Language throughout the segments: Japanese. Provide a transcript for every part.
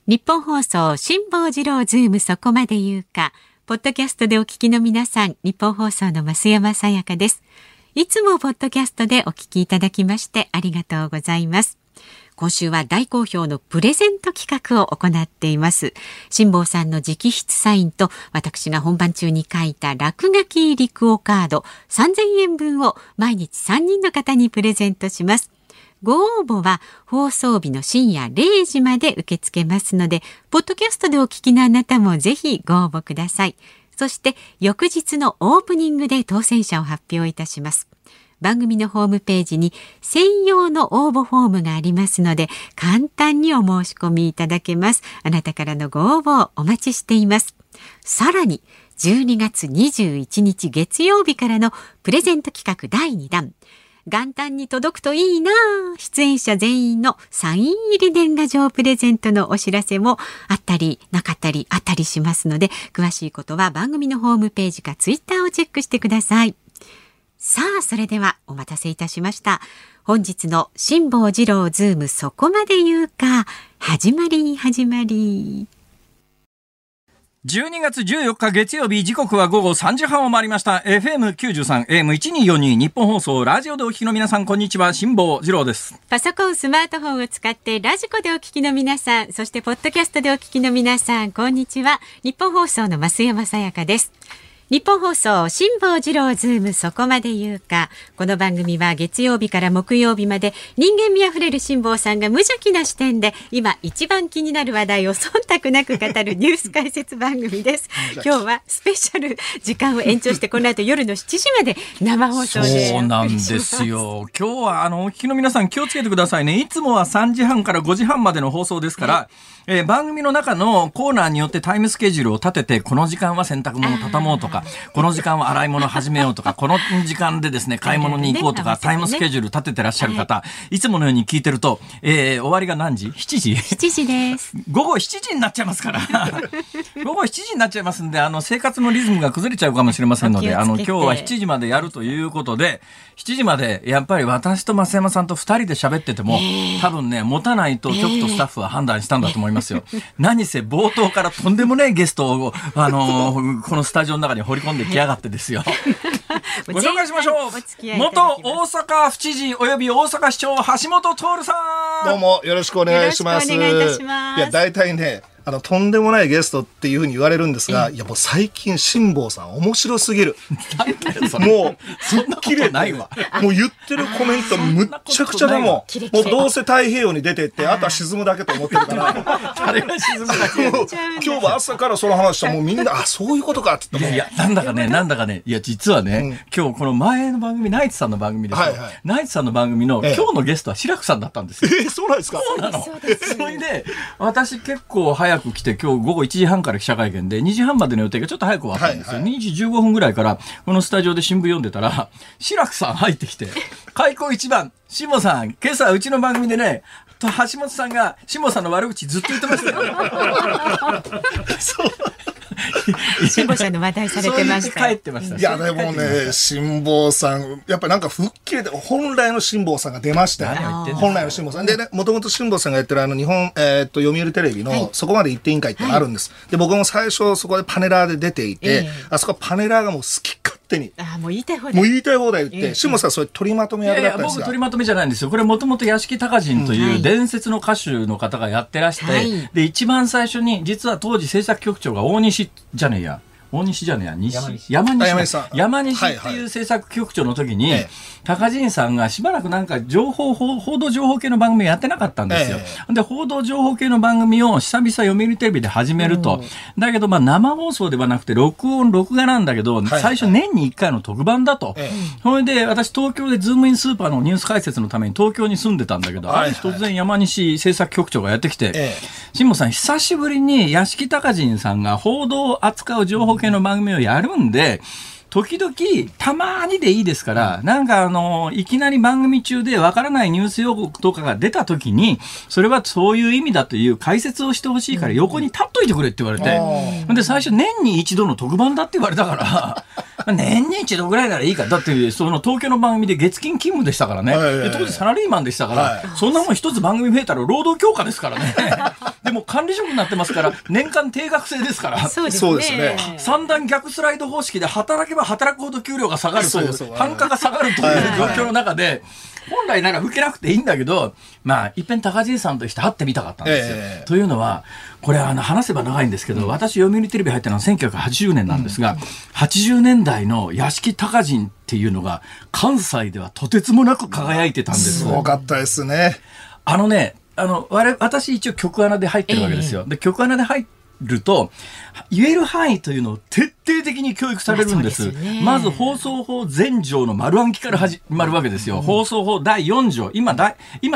日本放送辛坊治郎ズームそこまで言うか。ポッドキャストでお聞きの皆さん、日本放送の増山さやかです。いつもポッドキャストでお聞きいただきましてありがとうございます。今週は大好評のプレゼント企画を行っています。辛坊さんの直筆サインと私が本番中に書いた落書きリクオカード3000円分を毎日3人の方にプレゼントします。ご応募は放送日の深夜0時まで受け付けますので、ポッドキャストでお聞きのあなたもぜひご応募ください。そして翌日のオープニングで当選者を発表いたします。番組のホームページに専用の応募フォームがありますので、簡単にお申し込みいただけます。あなたからのご応募をお待ちしています。さらに12月21日月曜日からのプレゼント企画第2弾、元旦に届くといいな、出演者全員のサイン入り年賀状プレゼントのお知らせもあったりなかったりあったりしますので、詳しいことは番組のホームページかツイッターをチェックしてください。さあ、それではお待たせいたしました。本日の辛坊治郎ズームそこまで言うか、始まり。 12月14日月曜日、時刻は午後3時半を回りました。 FM93 AM1242 日本放送ラジオでお聞きの皆さん、こんにちは。辛坊治郎です。 パソコンスマートフォンを使ってラジコでお聞きの皆さん、そしてポッドキャストでお聞きの皆さん、こんにちは。日本放送の増山さやかです。日本放送辛坊治郎ズームそこまで言うか。この番組は月曜日から木曜日まで人間味あふれる辛坊さんが無邪気な視点で今一番気になる話題を忖度なく語るニュース解説番組です。今日はスペシャル時間を延長して、この後夜の7時まで生放送で。 そうなんですよ。今日はお聞きの皆さん気をつけてくださいね。いつもは3時半から5時半までの放送ですから、番組の中のコーナーによってタイムスケジュールを立てて、この時間は洗濯物を畳もうとか、この時間は洗い物を始めようとか、この時間でですね買い物に行こうとか、タイムスケジュール立ててらっしゃる方、いつものように聞いてると、終わりが何時 ?7 時 ?7 時です。 午後7時になっちゃいますから午後7時になっちゃいますんで、生活のリズムが崩れちゃうかもしれませんので、今日は7時までやるということで、7時までやっぱり私と増山さんと2人で喋ってても、多分ね持たないと局とスタッフは判断したんだと思いますよ。何せ冒頭からとんでもないゲストを、このスタジオの中に放り込んできやがってですよご紹介しましょう。元大阪府知事および大阪市長橋本徹さん、 どうもよろしくお願いします。 よろしくお願いいたします。 いや、大体ねとんでもないゲストっていうふうに言われるんですが、いやもう最近辛坊さん面白すぎるもうそんなことないわ。 もう言ってるコメントむっちゃくちゃでもうどうせ太平洋に出てってあとは沈むだけと思ってるからあれが沈むだけ今日は朝からその話したらもうみんなそういうことかって言っても、 いやなんだかね、いや実はね、今日この前の番組ナイツさんの番組ですよ、ナイツさんの番組の今日のゲストは志らくさんだったんですよ。 そうなんですか。 そうなの。それで私結構早く来て、今日午後1時半から記者会見で2時半までの予定がちょっと早く終わったんですよ。2時15分ぐらいからこのスタジオで新聞読んでたら、志らくさん入ってきて、開口一番、辛坊さん今朝うちの番組でね橋本さんが辛坊さんの悪口ずっと言ってましたよそう辛坊さんの話題されてました。 帰ってました。 いやでもね、辛坊さんやっぱりなんか吹っ切れて本来の辛坊さんが出ましたよね。本来の辛坊さんでね、もともと辛坊さんがやってる日本、読売テレビのそこまで行って委員会ってあるんです、で僕も最初そこでパネラーで出ていて、あそこパネラーがもう好き勝手にもう言いたい放題言って、辛坊さんそれ取りまとめ役だったんですが、 僕取りまとめじゃないんですよ。これもともと屋敷隆人という伝説の歌手の方がやってらして、で一番最初に実は当時制作局長が山西っていう制作局長の時に、高人さんがしばらくなんか報道情報系の番組やってなかったんですよ、で報道情報系の番組を久々読売テレビで始めると、だけど生放送ではなくて録画なんだけど、最初年に1回の特番だと、それで私東京でズームインスーパーのニュース解説のために東京に住んでたんだけど、ある日突然山西制作局長がやってきて、辛坊さん久しぶりに屋敷隆人さんが報道を扱う情報系の番組をやるんで、時々たまにでいいですから、なんかいきなり番組中でわからないニュース用語とかが出た時に、それはそういう意味だという解説をしてほしいから横に立っといてくれって言われて、で最初年に一度の特番だって言われたから年に一度ぐらいならいいか。だって、その東京の番組で月金勤務でしたからね。で当時サラリーマンでしたから、そんなもん一つ番組増えたら労働強化ですからね。でも管理職になってますから、年間定額制ですから。 そうですね。 三段逆スライド方式で働けば働くほど給料が下がるという、単価が下がるという状況の中で、本来なら受けなくていいんだけど、いっぺん高爺さんとして会ってみたかったんですよ。というのは、これ話せば長いんですけど、私読売テレビ入ったのは1980年なんですが、80年代の屋敷隆人っていうのが関西ではとてつもなく輝いてたんです。 すごかったですね。 私一応局アナで入ってるわけですよ。で、局アナで入ると言える範囲というのを徹底的に教育されるんです。まず放送法全条の丸暗記から始まるわけですよ。放送法第4条、今第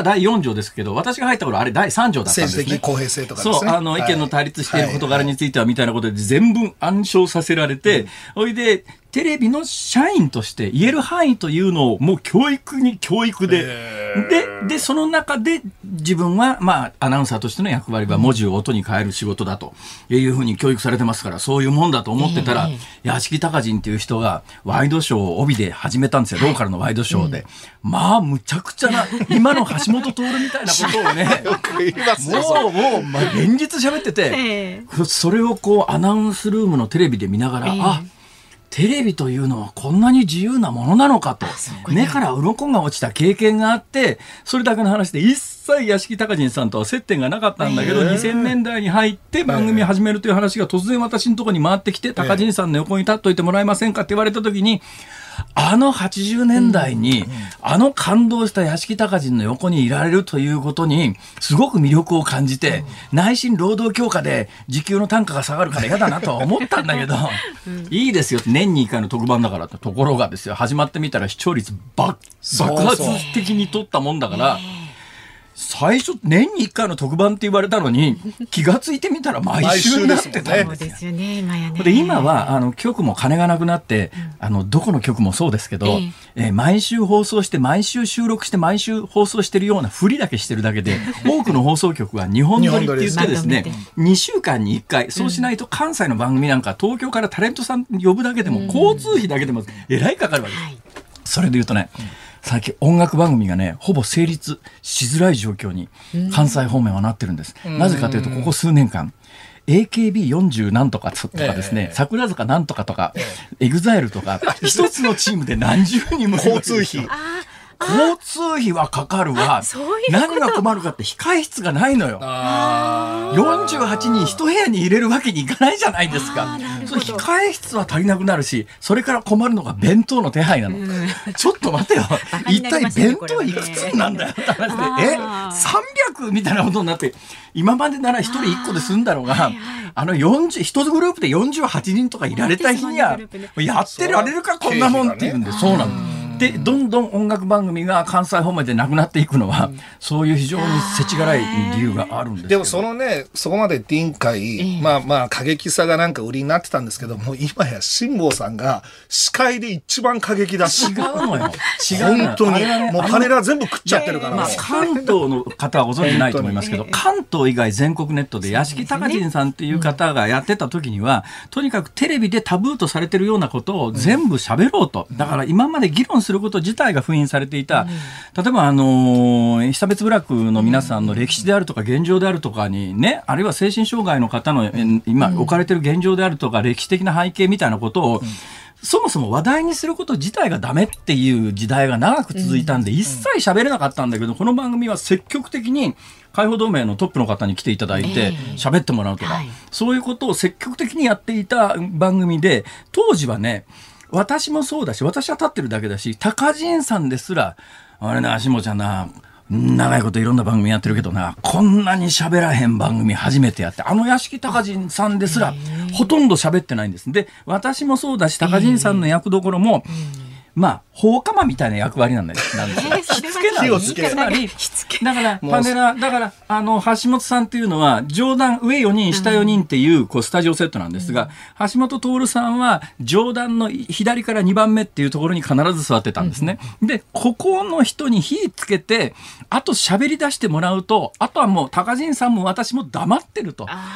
4条ですけど、私が入った頃あれ第3条だったんですね。 政治的公平性とかですね。 そう、意見の対立している事柄についてはみたいなことで全文暗唱させられて、おいでテレビの社員として言える範囲というのをもう教育で、その中で自分はアナウンサーとしての役割は文字を音に変える仕事だというふうに教育されてますから、そういうもんだと思ってたら、屋敷隆人っていう人がワイドショーを帯で始めたんですよ。ローカルのワイドショーで。むちゃくちゃな、今の橋本徹みたいなことをね、もう連日喋ってて、それをアナウンスルームのテレビで見ながら、テレビというのはこんなに自由なものなのかと、目から鱗が落ちた経験があって、それだけの話で一切屋敷隆人さんとは接点がなかったんだけど、2000年代に入って番組始めるという話が突然私のところに回ってきて、隆人さんの横に立っといてもらえませんかって言われた時に、80年代に感動した屋敷隆人の横にいられるということにすごく魅力を感じて、内心労働強化で時給の単価が下がるから嫌だなとは思ったんだけど、いいですよ、年に1回の特番だからって。ところがですよ、始まってみたら視聴率爆発的に取ったもんだから、最初年に1回の特番って言われたのに気がついてみたら毎週になってたんですよ。で今は局も金がなくなって、どこの局もそうですけど、毎週放送して毎週収録して毎週放送してるようなふりだけしてるだけで、多くの放送局は日本撮りって言ってですね、2週間に1回、そうしないと関西の番組なんか東京からタレントさん呼ぶだけでも交通費だけでもえらいかかるわけです。それで言うとね、最近音楽番組がねほぼ成立しづらい状況に関西方面はなってるんです。なぜかというと、ここ数年間 AKB40 なんとかとかですね、桜坂なんとかとか、EXILE とか一つのチームで何十人も交通費はかかるわ。何が困るかって控室がないのよ。48人一部屋に入れるわけにいかないじゃないですか。それ控室は足りなくなるし、それから困るのが弁当の手配なの。ちょっと待てよ、一体弁当いくつなんだよって話で、300みたいなことになって、今までなら1人1個で済んだのが、一つグループで48人とかいられた日にはやってられるかこんなもんっていうんで、そうなの。でどんどん音楽番組が関西方面でなくなっていくのは、そういう非常に世知辛い理由があるんですけど。 でもそこまで展開、過激さがなんか売りになってたんですけども、今や辛坊さんが司会で一番過激だし、 違うのよ。 本当にもうパネラー全部食っちゃってるから。 関東の方はご存じないと思いますけど、関東以外全国ネットで屋敷隆人さんっていう方がやってた時には、とにかくテレビでタブーとされてるようなことを全部喋ろうと。だから今まで議論すること自体が封印されていた、例えば被差別部落の皆さんの歴史であるとか現状であるとかにね、あるいは精神障害の方の今置かれている現状であるとか歴史的な背景みたいなことを、そもそも話題にすること自体がダメっていう時代が長く続いたんで、一切喋れなかったんだけど、この番組は積極的に解放同盟のトップの方に来ていただいて喋ってもらうとか、そういうことを積極的にやっていた番組で、当時はね、私もそうだし、私は立ってるだけだし、高人さんですら、あれな、下ちゃんな、長いこといろんな番組やってるけどな、こんなに喋らへん番組初めてやって、屋敷隆人さんですらほとんど喋ってないんです。で、私もそうだし、高人さんの役どころも、放火魔みたいな役割なんですよ。しつけなんです。つまり、だからパネラー、だから橋本さんっていうのは上段上4人下4人っていうスタジオセットなんですが、橋本徹さんは上段の左から2番目っていうところに必ず座ってたんですね。で、ここの人に火つけて、あと喋り出してもらうと、あとはもう高人さんも私も黙ってると、勝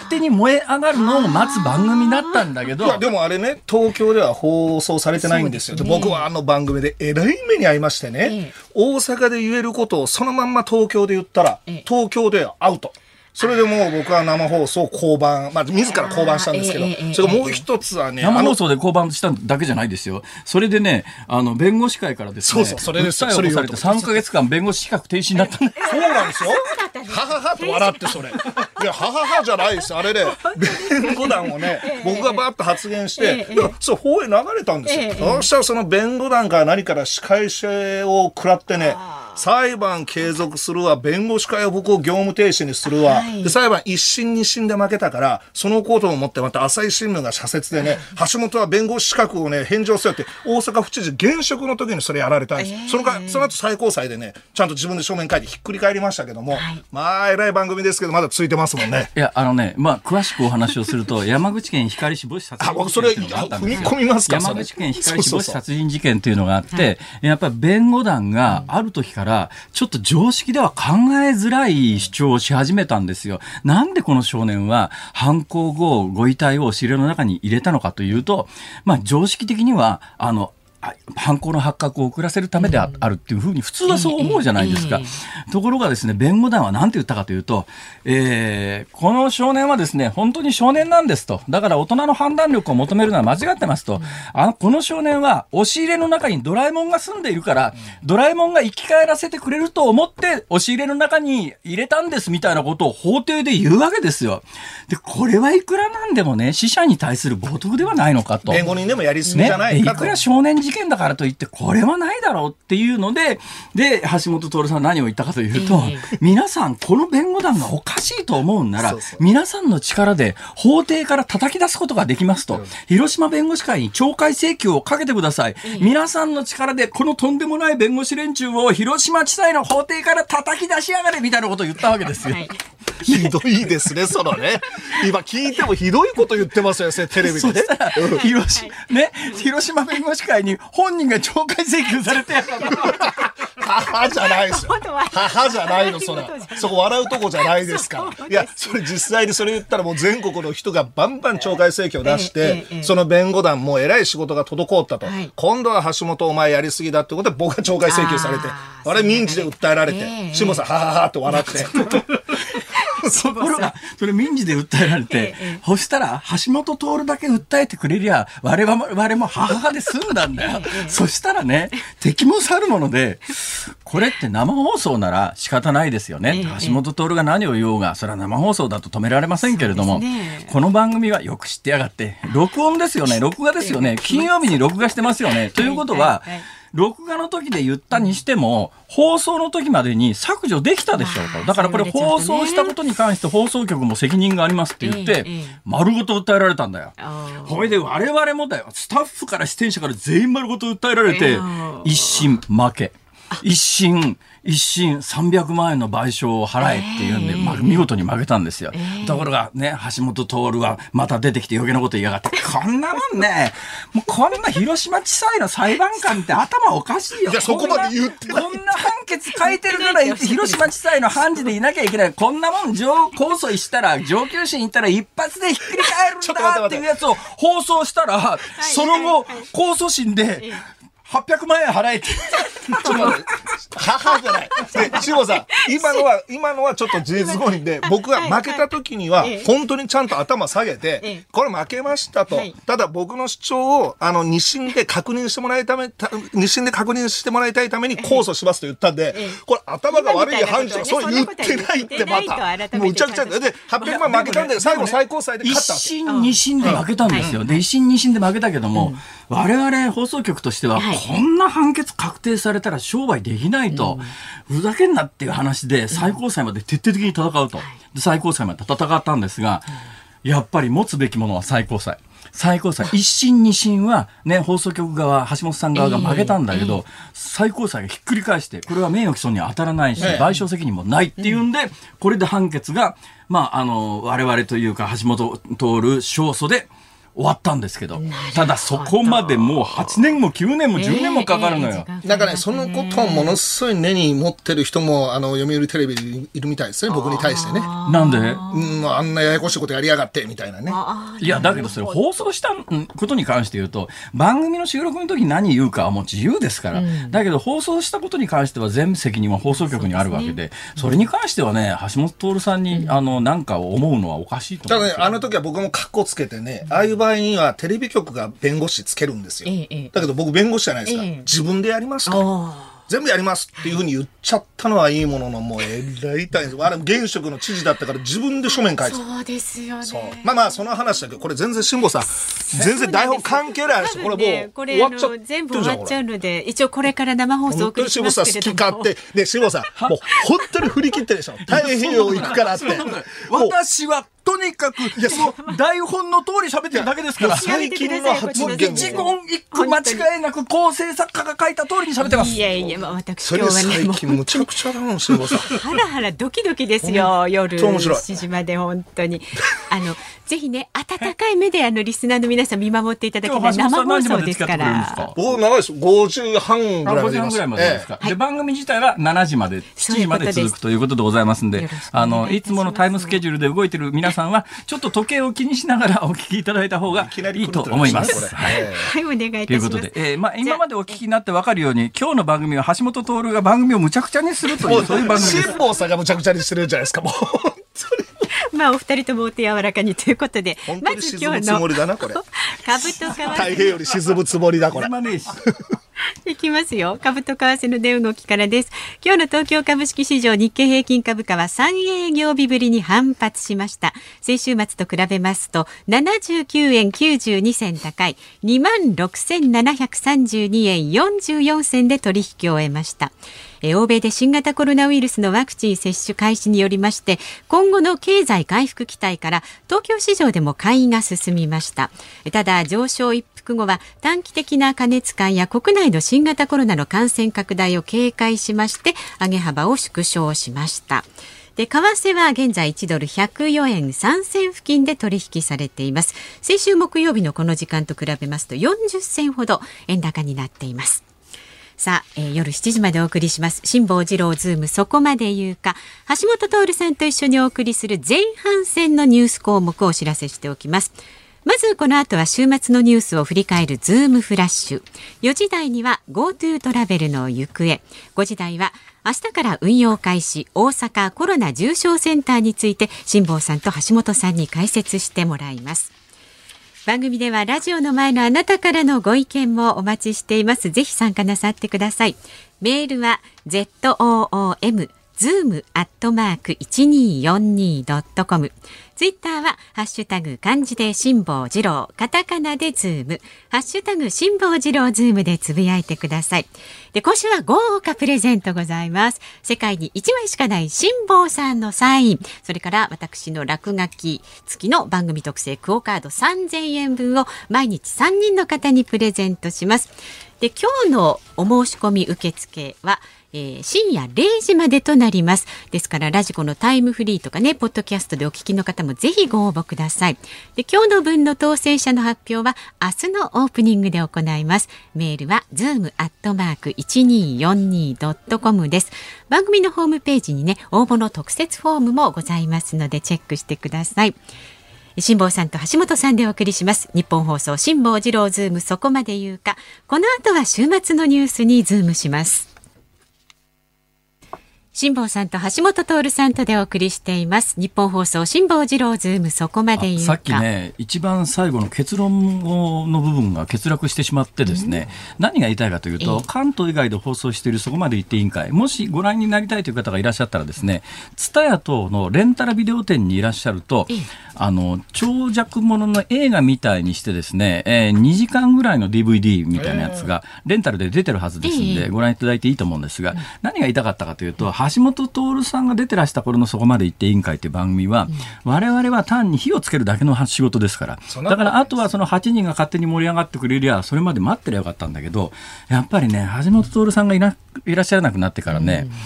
手に燃え上がるのを待つ番組だったんだけど、 いやでもあれね、東京では放送されてないんですよ。僕はあの番組でえらい目に遭いましてね、大阪で言えることをそのまんま東京で言ったら、東京ではアウト。それでもう僕は生放送降板、自ら降板したんですけど、それからもう一つはね、 生放送で降板しただけじゃないですよ。それでね、弁護士会からですね、 それですよ。 訴えを起こされて3ヶ月間弁護士資格停止になったんです。 そうなんですよ。はははと笑ってそれ。いや、はははじゃないですよ。あれね、弁護団をね、僕がバーッと発言して、そう、法へ流れたんですよ。そしたらその弁護団から何から仕返しを食らってね、裁判継続するわ、弁護士会を僕を業務停止にするわ、で裁判一審二審で負けたから、そのことをもってまた朝日新聞が社説でね、橋本は弁護士資格をね返上せよって大阪府知事現職の時にそれやられたんです。その後最高裁でね、ちゃんと自分で書面書いてひっくり返りましたけども、偉い番組ですけどまだ続いてますもんね。 いや詳しくお話をすると山口県光市母子殺人事件っていうのがあったんですよ。 踏み込みますか。 山口県光市母子殺人事件っていうのがあって、やっぱり弁護団がある時からちょっと常識では考えづらい主張をし始めたんですよ。なんでこの少年は犯行後ご遺体を押し入れの中に入れたのかというと、常識的には犯行の発覚を遅らせるためであるっていうふうに普通はそう思うじゃないですか。ところがですね、弁護団は何て言ったかというと、この少年はですね、本当に少年なんですと。だから大人の判断力を求めるのは間違ってますと。この少年は押し入れの中にドラえもんが住んでいるから、ドラえもんが生き返らせてくれると思って押し入れの中に入れたんですみたいなことを法廷で言うわけですよ。で、これはいくらなんでもね、死者に対する冒涜ではないのかと。 弁護人でもやりすぎじゃないかと。 いくら少年事件だからといってこれはないだろうっていうので、橋本徹さんは何を言ったかというと、皆さんこの弁護団がおかしいと思うんなら、皆さんの力で法廷から叩き出すことができますと、広島弁護士会に懲戒請求をかけてください。皆さんの力でこのとんでもない弁護士連中を広島地裁の法廷から叩き出しやがれみたいなことを言ったわけですよ。 ひどいですね、そのね。今聞いてもひどいこと言ってますよね、テレビでね。広島弁護士会に本人が懲戒請求されて母じゃないですよ。母じゃないの、そこ笑うとこじゃないですから。いや、それ実際にそれ言ったらもう全国の人がバンバン懲戒請求を出して、その弁護団も偉い仕事が滞ったと。今度は橋本お前やりすぎだってことで僕が懲戒請求されて、あれ民事で訴えられて、下さんはははと笑って。 ところがそれ民事で訴えられて、そしたら橋本徹だけ訴えてくれりゃ我々も母で済んだんだよ。そしたらね、敵も去るもので、これって生放送なら仕方ないですよね。橋本徹が何を言おうがそれは生放送だと止められませんけれども、この番組はよく知ってやがって、録音ですよね、録画ですよね、金曜日に録画してますよね。ということは録画の時で言ったにしても放送の時までに削除できたでしょうと。だからこれ放送したことに関して放送局も責任がありますって言って丸ごと訴えられたんだよ。ほいで我々もだよ、スタッフから出演者から全員丸ごと訴えられて、一審負け、一審300万円の賠償を払えっていうんで、見事に負けたんですよ。ところがね、橋本徹はまた出てきて余計なこと言いやがって、こんなもんね、もうこんな広島地裁の裁判官って頭おかしいよ。 いや、そこまで言ってない。 こんな判決書いてるから広島地裁の判事でいなきゃいけない。こんなもん控訴したら、上級審行ったら一発でひっくり返るんだっていうやつを放送したら、その後控訴審で800万円払えって。 ちょっと待って、母じゃない。で、志保さん、今のはちょっと事実誤認で、僕が負けた時には、本当にちゃんと頭下げて、これ負けましたと。ただ僕の主張を、二審で確認してもらいたいために控訴しますと言ったんで、これ頭が悪い判事がそう言ってないってまた。もうむちゃくちゃで、800万負けたんで、最後最高裁で勝った。 一審二審で負けたんですよ。で、一審二審で負けたけども、我々放送局としては、こんな判決確定されたら商売できないと、ふざけんなっていう話で最高裁まで徹底的に戦うと。で、最高裁まで戦ったんですが、やっぱり持つべきものは最高裁。一審二審はね、放送局側、橋本さん側が負けたんだけど、最高裁がひっくり返して、これは名誉毀損に当たらないし、賠償責任もないっていうんで、これで判決が、我々というか橋本徹勝訴で終わったんですけど、ただそこまでもう8年も9年も10年もかかるのよ。 なんかね、そのことをものすごい根に持ってる人も読売テレビにいるみたいですね、僕に対してね。 なんで？ あんなややこしいことやりやがってみたいなね。 いやだけどそれ放送したことに関して言うと、番組の収録の時に何言うかはもう自由ですから、だけど放送したことに関しては全部責任は放送局にあるわけで、それに関してはね、橋本徹さんになんか思うのはおかしいと思うんですよ。 だからね、あの時は僕もカッコつけてね、ああいう場合にはテレビ局が弁護士つけるんですよ。だけど僕弁護士じゃないですか。自分でやりますと。全部やりますっていうふうに言っちゃったのはいいものの、もうえらい大変です。あれ現職の知事だったから自分で書面書いてた。 そうですよね。 まあまあその話だけど、これ全然辛坊さん全然台本関係ないし、これもう終わっちゃってるじゃん。 全部終わっちゃうので、一応これから生放送を送りしますけれども。 辛坊さん好き勝手ね、辛坊さんもう本当に振り切ってるでしょ。太平洋行くからって。 私はとにかくその台本の通り喋ってるだけですから。 最近の発言一言一句間違いなく構成作家が書いた通りに喋ってます。 いやいや、私今日はね、 最近むちゃくちゃだもん、辛坊さん。 ハラハラドキドキですよ、夜7時まで本当に。ぜひね、温かい目でリスナーの皆さん見守っていただきたい。生放送ですから。 僕長いです。5時半ぐらいまでいます。 5時半ぐらいまでですか。で、番組自体は7時まで、7時まで続くということでございますんで、いつものタイムスケジュールで動いてる皆さんは、ちょっと時計を気にしながらお聞きいただいた方がいいと思います。 はい、お願いいたします。 ということで、今までお聞きになって分かるように、今日の番組は橋本徹が番組をむちゃくちゃにするという、そういう番組です。 辛坊さんがむちゃくちゃにしてるじゃないですか、もう。 まあお二人ともお手柔らかにということで、 まず今日の株と為替太平洋に沈むつもりだこれ。 いきますよ。株と為替の値動きからです。今日の東京株式市場、日経平均株価は3営業日ぶりに反発しました。先週末と比べますと79円92銭高い 26,732 円44銭で取引を終えました。欧米で新型コロナウイルスのワクチン接種開始によりまして、今後の経済回復期待から東京市場でも買いが進みました。ただ上昇一服後は短期的な過熱感や国内の新型コロナの感染拡大を警戒しまして、上げ幅を縮小しました。で、為替は現在1ドル104円3銭付近で取引されています。先週木曜日のこの時間と比べますと40銭ほど円高になっています。さあ、夜7時までお送りします辛坊治郎ズームそこまで言うか、橋本徹さんと一緒にお送りする前半戦のニュース項目をお知らせしておきます。まずこの後は週末のニュースを振り返るズームフラッシュ。4時台には GoTo トラベルの行方。5時台は明日から運用開始、大阪コロナ重症センターについて辛坊さんと橋本さんに解説してもらいます。番組ではラジオの前のあなたからのご意見もお待ちしています。ぜひ参加なさってください。メールは zoom@1242.com。ツイッターはハッシュタグ漢字で辛坊治郎、カタカナでズーム、ハッシュタグ辛坊治郎ズームでつぶやいてください。で、今週は豪華プレゼントございます。世界に1枚しかない辛坊さんのサイン、それから私の落書き付きの番組特製クオカード3000円分を毎日3人の方にプレゼントします。で、今日のお申し込み受付は深夜0時までとなります。ですからラジコのタイムフリーとかね、ポッドキャストでお聞きの方もぜひご応募ください。で、今日の分の当選者の発表は明日のオープニングで行います。メールは zoom@1242.com です。番組のホームページにね、応募の特設フォームもございますのでチェックしてください。辛坊さんと橋本さんでお送りします。日本放送辛坊治郎ズームそこまで言うか。この後は週末のニュースにズームします。辛坊さんと橋本徹さんとでお送りしています。日本放送辛坊治郎ズームそこまで言うか。 さっきね、一番最後の結論の部分が欠落してしまってですね、何が言いたいかというと、関東以外で放送しているそこまで言って委員会、もしご覧になりたいという方がいらっしゃったらですね、TSUTAYA等のレンタルビデオ店にいらっしゃると、長尺ものの映画みたいにしてですね、2時間ぐらいの DVD みたいなやつがレンタルで出てるはずですんで、ご覧いただいていいと思うんですが、何が言いたかったかというと、橋本徹さんが出てらした頃のそこまで言って委員会という番組は、我々は単に火をつけるだけの仕事ですから、だからあとはその8人が勝手に盛り上がってくれりゃそれまで待ってりゃよかったんだけど、やっぱりね、橋本徹さんがいらっしゃらなくなってからね、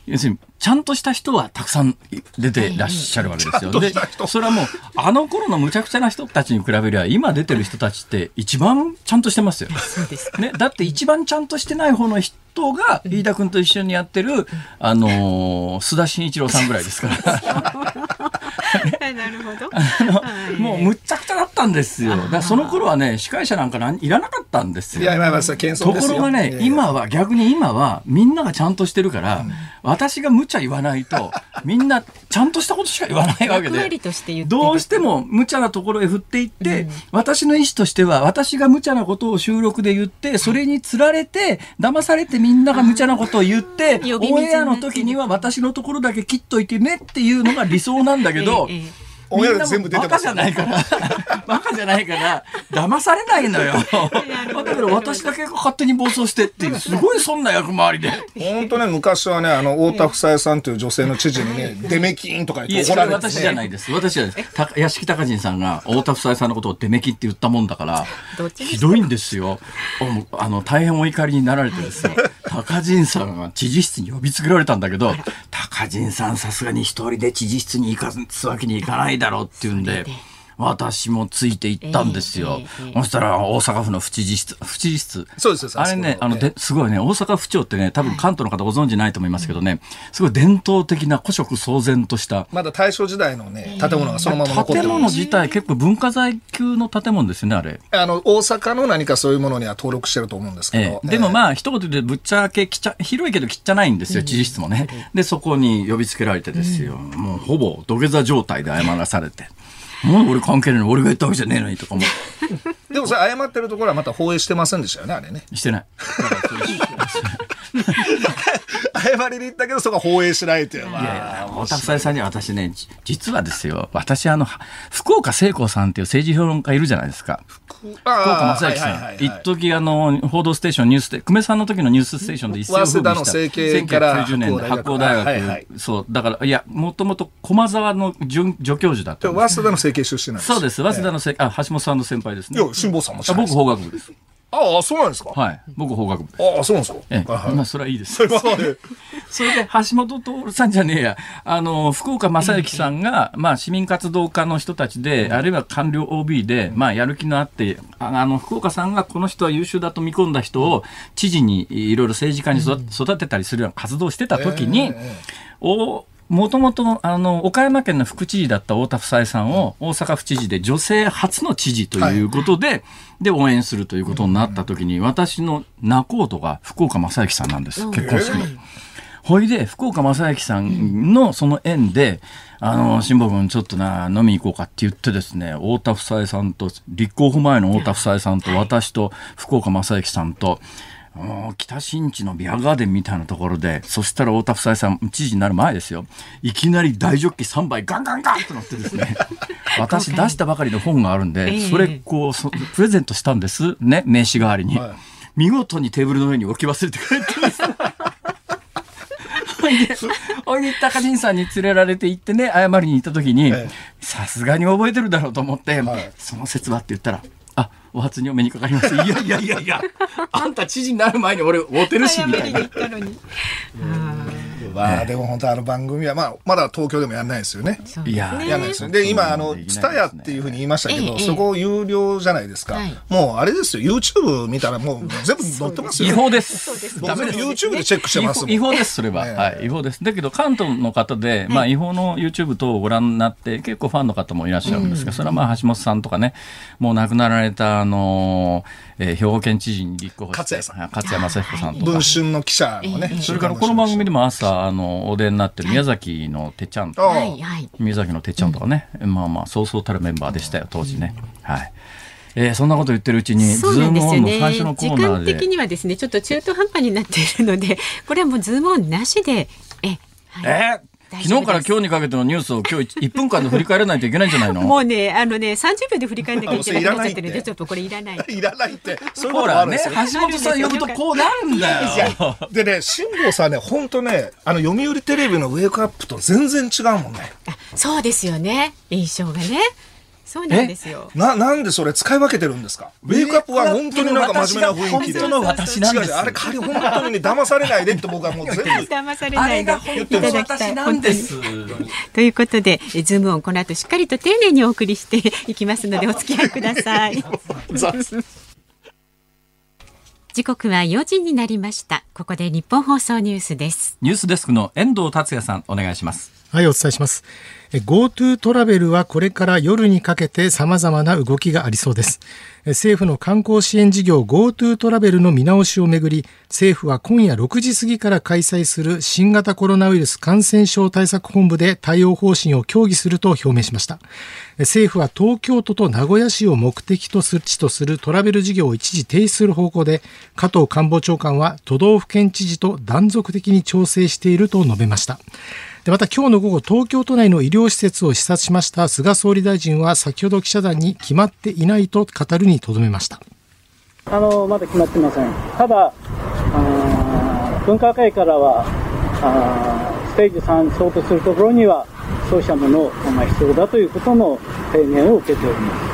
要するにちゃんとした人はたくさん出てらっしゃるわけですよ。で、それはもうあの頃のむちゃくちゃな人たちに比べりゃ今出てる人たちって一番ちゃんとしてますよ。 そうですか。 ね、だって一番ちゃんとしてない方の人が飯田君と一緒にやってる、須田慎一郎さんぐらいですから。 なるほど。 もうむっちゃくちゃだったんですよ。だからその頃はね、司会者なんかいらなかったんですよ。 いや、まあ謙遜ですよ。 ところがね、逆に今はみんながちゃんとしてるから、私が無茶言わないとみんなちゃんとしたことしか言わないわけで、どうしても無茶なところへ振っていって、私の意思としては私が無茶なことを収録で言って、それにつられて騙されてみんなが無茶なことを言って、オンエアの時には私のところだけ切っといてねっていうのが理想なんだけど、みんなもバカじゃないからバカじゃないから騙されないのよ。だから私だけが勝手に暴走してっていう、すごいそんな役回りで。 本当ね、昔はね、太田房江さんという女性の知事にね、デメキンとか言って怒られて、ね、 私じゃないです。私じゃないです。屋敷隆人さんが太田房江さんのことをデメキンって言ったもんだからひどいんですよ。大変お怒りになられてですよ。高人さんが知事室に呼びつけられたんだけど、高人さんさすがに一人で知事室に行かすわけにいかないだろうっていうんで、私もついて行ったんですよ。そしたら大阪府の府知事室。 そうです。 あれね、すごいね、大阪府庁ってね、多分関東の方ご存知ないと思いますけどね、すごい伝統的な古色蒼然とした。 まだ大正時代のね、建物がそのまま残ってる。 建物自体結構文化財級の建物ですよね、あれ。 大阪の何かそういうものには登録してると思うんですけど。 でもまあ、一言でぶっちゃけ広いけど汚いんですよ、知事室もね。で、そこに呼びつけられてですよ。もうほぼ土下座状態で謝らされて。もう俺関係ないの、俺が言ったわけじゃねえのにとかも。 でもさ、謝ってるところはまた放映してませんでしたよね、あれね。 してない。 謝りに行ったけどそこは放映しないっていう。 いや太田房江さんには私ね、実はですよ、私福岡聖子さんっていう政治評論家いるじゃないですか。福岡正幸さん。一時報道ステーションニュースで久米さんの時のニュースステーションで一世を風靡した1990年で八甲大学、そうだからいやもともと駒沢の助教授だったんです。 早稲田の政経出身なんです。 そうです。早稲田の橋本さんの先輩ですね。 いや辛坊さんも僕法学部です。 ああ、そうなんですか。 はい。僕法学部です。 ああ、そうなんですか。 まあそれはいいです。それで橋本徹さんじゃねえや、福岡正幸さんがまあ市民活動家の人たちで、あるいは官僚 OB でまあやる気のあって、福岡さんがこの人は優秀だと見込んだ人を知事にいろいろ政治家に育てたりするような活動をしてた時に、もともと岡山県の副知事だった太田房江さんを大阪府知事で女性初の知事ということで、で応援するということになった時に、私の仲人が福岡正幸さんなんです、結婚式の。ほいで福岡正幸さんのその縁で辛坊君ちょっと飲み行こうかって言ってですね、太田房江さんと立候補前の太田房江さんと私と福岡正幸さんと北新地のビアガーデンみたいなところで、そしたら太田房江さん知事になる前ですよ、いきなり大ジョッキ3杯ガンガンガンとなってですね私出したばかりの本があるんで、それプレゼントしたんですね、名刺代わりに、見事にテーブルの上に置き忘れてくれてですおいで高人さんに連れられて行ってね、謝りに行った時にさすがに覚えてるだろうと思って、その説はって言ったら、お初にお目にかかります。いやあんた知事になる前に俺会うてるしみたいな。 でも本当番組はまだ東京でもやんないですよね。 やんないですよ。で今TSUTAYAっていうふうに言いましたけど、そこ有料じゃないですか。もうあれですよ、YouTube 見たらもう全部載ってますよ。 違法です。 ダメです。YouTube でチェックしてますもん。 違法です、それは。はい、違法です。だけど関東の方で違法の YouTube 等をご覧になって結構ファンの方もいらっしゃるんですが、それは橋本さんとかね、もう亡くなられた兵庫県知事に立候補して勝谷正彦さんとか、 文春の記者のね、 それからこの番組でも朝お出になってる宮崎のてっちゃんとか、宮崎のてっちゃんとかね、そうそうたるメンバーでしたよ当時ね。そんなこと言ってるうちにズームオンの最初のコーナーで、 時間的にはですねちょっと中途半端になっているので、これはもうズームオンなしで昨日から今日にかけてのニュースを今日1分間で振り返らないといけないんじゃないの？ もうね30秒で振り返らなきゃいけなくなっちゃってるんで、ちょっとこれいらないいらないってそういうこほらね、 とあるんですよ。 橋本さん呼ぶとこうなるんだよ。 でね、辛坊さんね、本当ね、読売テレビのウェイクアップと全然違うもんね。 そうですよね、印象がね。 そうなんですよ。 なんでそれ使い分けてるんですか？ウェイクアップは本当になんか真面目な雰囲気で。 本当の私なんです。 あれ仮本当にね騙されないでって僕はもう全部騙されないでいただきたい。 私なんです。 ということでズームオンこの後しっかりと丁寧にお送りしていきますのでお付き合いください。時刻は4時になりました。ここで日本放送ニュースです。 ニュースデスクの遠藤達也さんお願いします。 はい、お伝えします。GoTo トラベルはこれから夜にかけて様々な動きがありそうです。政府の観光支援事業 GoTo トラベルの見直しをめぐり、政府は今夜6時過ぎから開催する新型コロナウイルス感染症対策本部で対応方針を協議すると表明しました。政府は東京都と名古屋市を目的とするトラベル事業を一時停止する方向で、加藤官房長官は都道府県知事と断続的に調整していると述べました。でまた今日の午後、東京都内の医療施設を視察しました菅総理大臣は先ほど記者団に決まっていないと語るにとどめました。 まだ決まってません。ただ分科会からはステージ3相当するところにはそうしたものが必要だということの提言を受けております。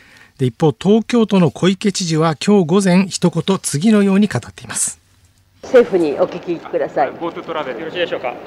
で一方、東京都の小池知事は今日午前一言次のように語っています。 政府にお聞きください。 GoTo トラベルよろしいでしょうか。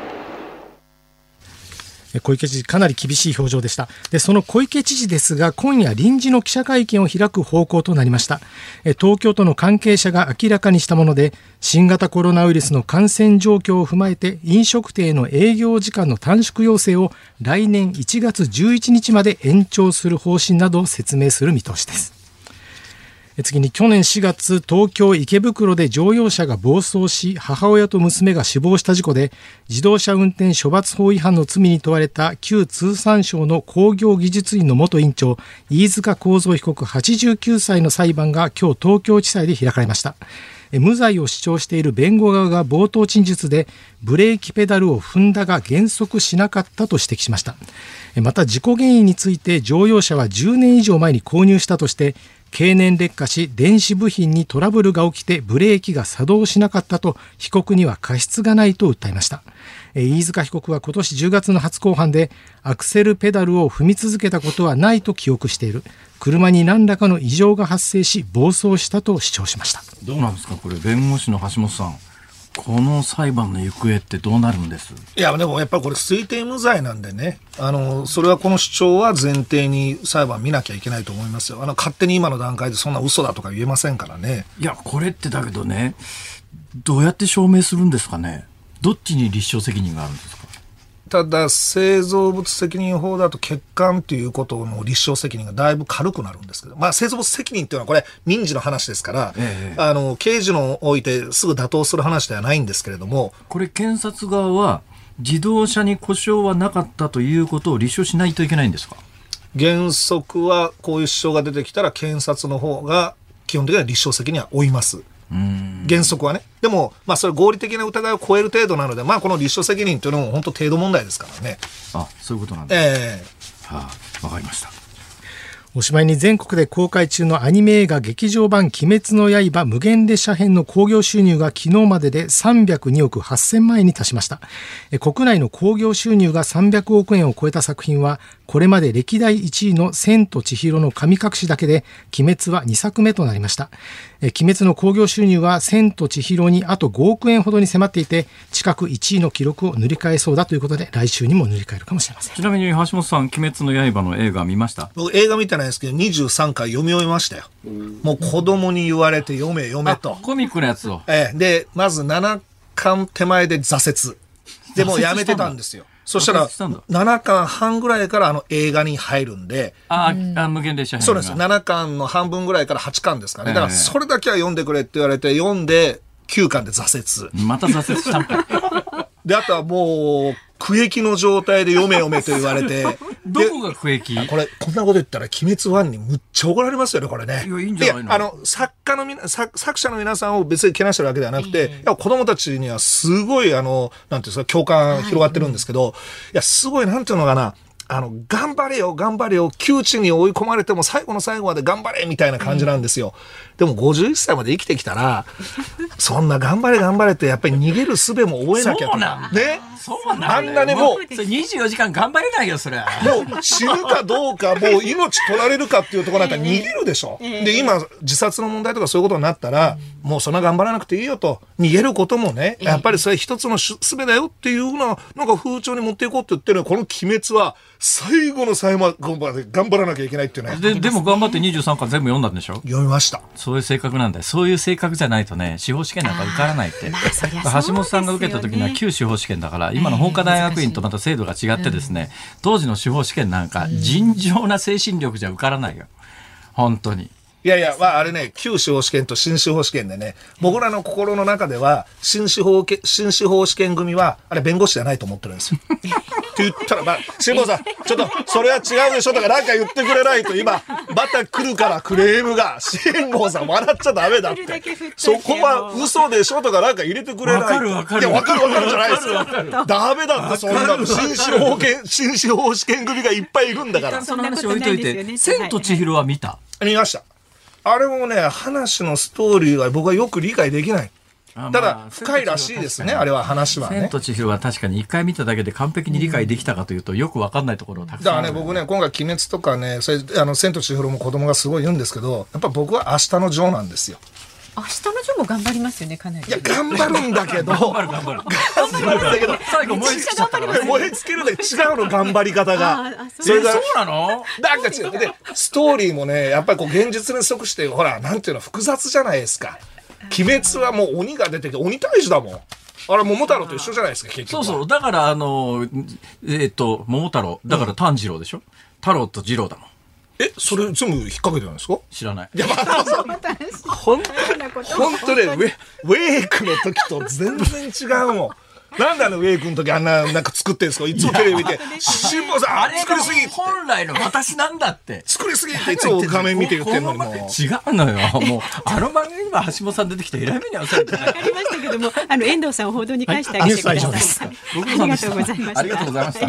小池知事かなり厳しい表情でした。でその小池知事ですが今夜臨時の記者会見を開く方向となりました。東京都の関係者が明らかにしたもので、新型コロナウイルスの感染状況を踏まえて飲食店の営業時間の短縮要請を来年1月11日まで延長する方針などを説明する見通しです。次に去年4月、東京池袋で乗用車が暴走し母親と娘が死亡した事故で、自動車運転処罰法違反の罪に問われた旧通産省の工業技術院の元院長飯塚幸三被告89歳の裁判が今日東京地裁で開かれました。無罪を主張している弁護側が冒頭陳述で、ブレーキペダルを踏んだが減速しなかったと指摘しました。また事故原因について、乗用車は10年以上前に購入したとして経年劣化し電子部品にトラブルが起きてブレーキが作動しなかったと被告には過失がないと訴えました。飯塚被告は今年10月の初公判でアクセルペダルを踏み続けたことはないと記憶している、車に何らかの異常が発生し暴走したと主張しました。 どうなんですかこれ、弁護士の橋本さん、この裁判の行方ってどうなるんです？ いやでもやっぱりこれ推定無罪なんでね、それはこの主張は前提に裁判見なきゃいけないと思いますよ。勝手に今の段階でそんな嘘だとか言えませんからね。 いやこれってだけどね、どうやって証明するんですかね。どっちに立証責任があるんですか？ ただ製造物責任法だと欠陥ということの立証責任がだいぶ軽くなるんですけど、製造物責任というのはこれ民事の話ですから、刑事のおいてすぐ妥当する話ではないんですけれども、 これ検察側は自動車に故障はなかったということを立証しないといけないんですか？ 原則はこういう主張が出てきたら検察の方が基本的には立証責任は負います。原則はね。でも、それ合理的な疑いを超える程度なので、この立証責任というのも本当程度問題ですからね。 あ、そういうことなんですか。わかりました。 おしまいに、全国で公開中のアニメ映画劇場版鬼滅の刃無限列車編の興行収入が昨日までで302億8000万円に達しました。国内の興行収入が300億円を超えた作品はこれまで歴代1位の千と千尋の神隠しだけで鬼滅は2作目となりました。鬼滅の興行収入は千と千尋にあと5億円ほどに迫っていて、近く1位の記録を塗り替えそうだということで、来週にも塗り替えるかもしれません。 ちなみに橋本さん、鬼滅の刃の映画見ました？ 僕映画見てないですけど23回読み終えましたよ。もう子供に言われて読めと。 コミックのやつを。 でまず7巻手前で挫折でもうやめてたんですよ。そしたら7巻半ぐらいから映画に入るんで、 無限列車編がそうです。7巻の半分ぐらいから8巻ですかね。だからそれだけは読んでくれって言われて読んで9巻で挫折。 また挫折したんかであとはもう苦役の状態で読めと言われてどこが苦役？ これこんなこと言ったら鬼滅ファンにむっちゃ怒られますよねこれね。 いやいいんじゃないの？ 作者の皆さんを別にけなしてるわけではなくて、いや子供たちにはすごいなんていうんですか共感広がってるんですけど、いやすごいなんていうのかな、 頑張れよ、頑張れよ、窮地に追い込まれても最後の最後まで頑張れみたいな感じなんですよ。でも51歳まで生きてきたら、そんな頑張れ頑張れってやっぱり逃げる術も覚えなきゃと。ね。 そうなんあんなね、もう、 24時間頑張れないよ、それ。 もう死ぬかどうか、もう命取られるかっていうところなんか逃げるでしょ。で、今、自殺の問題とかそういうことになったら、もうそんな頑張らなくていいよと。逃げることもね、やっぱりそれ一つの術だよっていうのは、なんか風潮に持っていこうって言ってるのは、この鬼滅は、最後の最後まで頑張らなきゃいけないっていうね。 でも頑張って23巻全部読んだんでしょ。 読みました。 そういう性格なんだよ。そういう性格じゃないとね、司法試験なんか受からないって。橋本さんが受けた時には旧司法試験だから、今の法科大学院とまた制度が違ってですね、当時の司法試験なんか尋常な精神力じゃ受からないよ。本当に。 いやいや、まああれね、旧司法試験と新司法試験でね、僕らの心の中では、新司法試験組は、あれ弁護士じゃないと思ってるんですよ。って言ったら、まあ、辛坊さん、ちょっと、それは違うでしょとかなんか言ってくれないと、今、また来るからクレームが、辛坊さん笑っちゃダメだって。そこは嘘でしょとかなんか入れてくれないと。 わかる。 いや、わかるじゃないですよ。ダメだって、そんなの。新司法試験組がいっぱいいるんだから。 その話置いといて、千と千尋は見た？ 見ました。あれもね、話のストーリーが僕はよく理解できない。ただ、深いらしいですね、あれは話はね。 千と千尋は確かに一回見ただけで完璧に理解できたかというと、よくわかんないところをたくさんある。 だからね、僕ね、今回鬼滅とかね、それ千と千尋も子供がすごい言うんですけど、やっぱ僕は明日のジョーなんですよ。 明日のジョーも頑張りますよね、かなり。 いや、頑張るんだけど、頑張るんだけど、 最後燃え尽きちゃったから。 燃え尽きるんだけど、違うの、頑張り方が。 そうなの？ なんか違う。で、ストーリーもね、やっぱりこう現実に即して、ほら、なんていうの、複雑じゃないですか。鬼滅はもう鬼が出てきて、鬼退治だもん。あれ、桃太郎と一緒じゃないですか、結局。 そう。だから、桃太郎。だから炭治郎でしょ？太郎と次郎だもん。 それ全部引っ掛けてるんですか？ 知らない。 いや、まあ、本当ね、ウェイクの時と全然違うもん。なんでウェイクの時あんな、なんか作ってんですか？いつもテレビ見て、辛坊さん、作りすぎ本来の私なんだって。 作りすぎっていつも画面見て言ってんのにも。 違うのよ。もう、あの番組は橋本さん出てきて偉い目に遭わされて。 わかりましたけども、遠藤さんを報道に返してあげてください。 ありがとうございました。ありがとうございました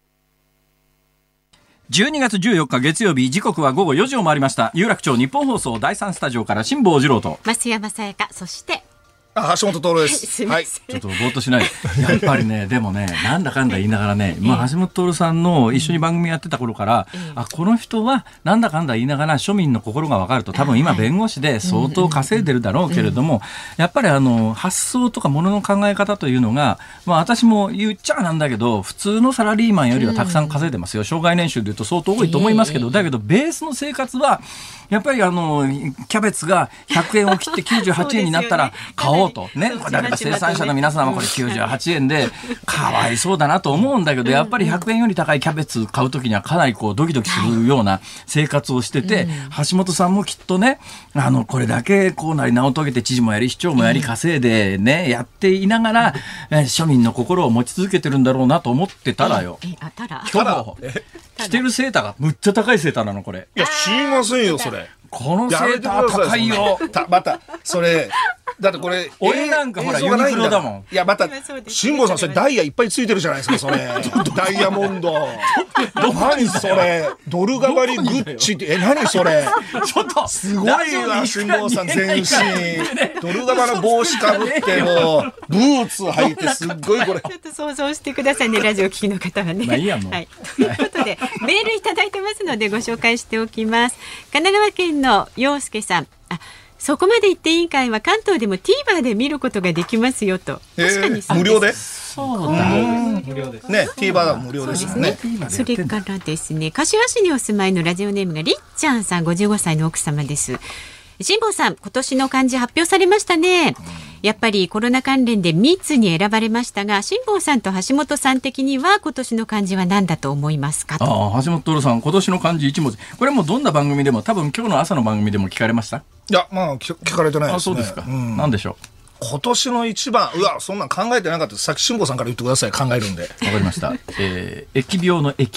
。12月14日月曜日、時刻は午後4時を回りました。有楽町日本放送第3スタジオから辛坊治郎と増山さやか、そして橋本徹です。 はい。 ちょっとぼーっとしない。やっぱりね、でもね、なんだかんだ言いながらね、まあ橋本徹さんの一緒に番組やってた頃から、この人はなんだかんだ言いながら庶民の心が分かると、多分今弁護士で相当稼いでるだろうけれども、やっぱり発想とかものの考え方というのが、まあ私も言っちゃなんだけど、普通のサラリーマンよりはたくさん稼いでますよ。障害年収で言うと相当多いと思いますけど、だけどベースの生活は、やっぱりキャベツが100円を切って98円になったら買おうと。ね。だから生産者の皆さんはこれ98円でかわいそうだなと思うんだけど、やっぱり100円より高いキャベツ買うときにはかなりこうドキドキするような生活をしてて、橋本さんもきっとね、これだけこうなり名を遂げて知事もやり市長もやり稼いでね、やっていながら、庶民の心を持ち続けてるんだろうなと思ってたらよ。今日着てるセーターがむっちゃ高いセーターなのこれ。 いや、知りませんよ、それ。 このセーター高いよ。 また、それ、だってこれ、 俺なんかほら、ユニクロだもん。 いや、また、辛坊さん、それダイヤいっぱいついてるじゃないですか、それ。ダイヤモンド。何それ。ドルガバリグッチって、何それ。 ちょっと、 すごいわ、辛坊さん、全身。ドルガバの帽子かぶっても、ブーツ履いて、すっごいこれ。 ちょっと想像してくださいね、ラジオ聞きの方はね。 まあいいや、もう。 はい。ということで、メールいただいてますので、ご紹介しておきます。神奈川県の陽介さん。そこまで言って委員会は関東でも TVer で見ることができますよと。確かに無料で。 そうだ。 無料ですね。TVer は無料ですね。 それからですね、柏市にお住まいのラジオネームがりっちゃんさん、55歳の奥様です。辛坊さん、今年の漢字発表されましたね。やっぱりコロナ関連で3つに選ばれましたが、辛坊さんと橋本さん的には今年の漢字は何だと思いますかと。 橋本徹さん、今年の漢字1文字。これもどんな番組でも、多分今日の朝の番組でも聞かれました？ いや、まあ聞かれてないですね。 そうですか。なんでしょう。 今年の一番、そんなん考えてなかった。さっき辛坊さんから言ってください。考えるんで。 わかりました。疫病の疫。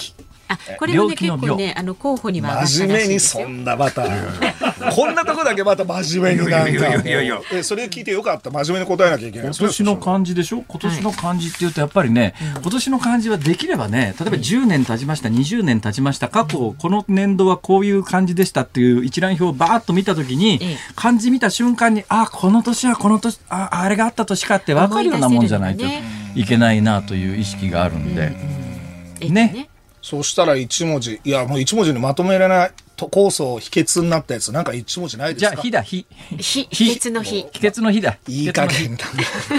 これもね結構ね候補には上がったらしい真面目にそんなまたこんなとこだけまた真面目になんかそれ聞いてよかった。真面目に答えなきゃいけない。 今年の漢字でしょ。今年の漢字っていうとやっぱりね、今年の漢字はできればね、例えば10年経ちました、20年経ちました、過去この年度はこういう漢字でしたっていう一覧表をバーッと見たときに、漢字見た瞬間にこの年はこの年あれがあった年かって分かるようなもんじゃないといけないなという意識があるんで、ね。 そうしたら一文字、いやもう一文字にまとめられない構想秘訣になったやつなんか一文字ないですか。 じゃあ秘だ秘訣の秘訣の秘だ。 いい加減だ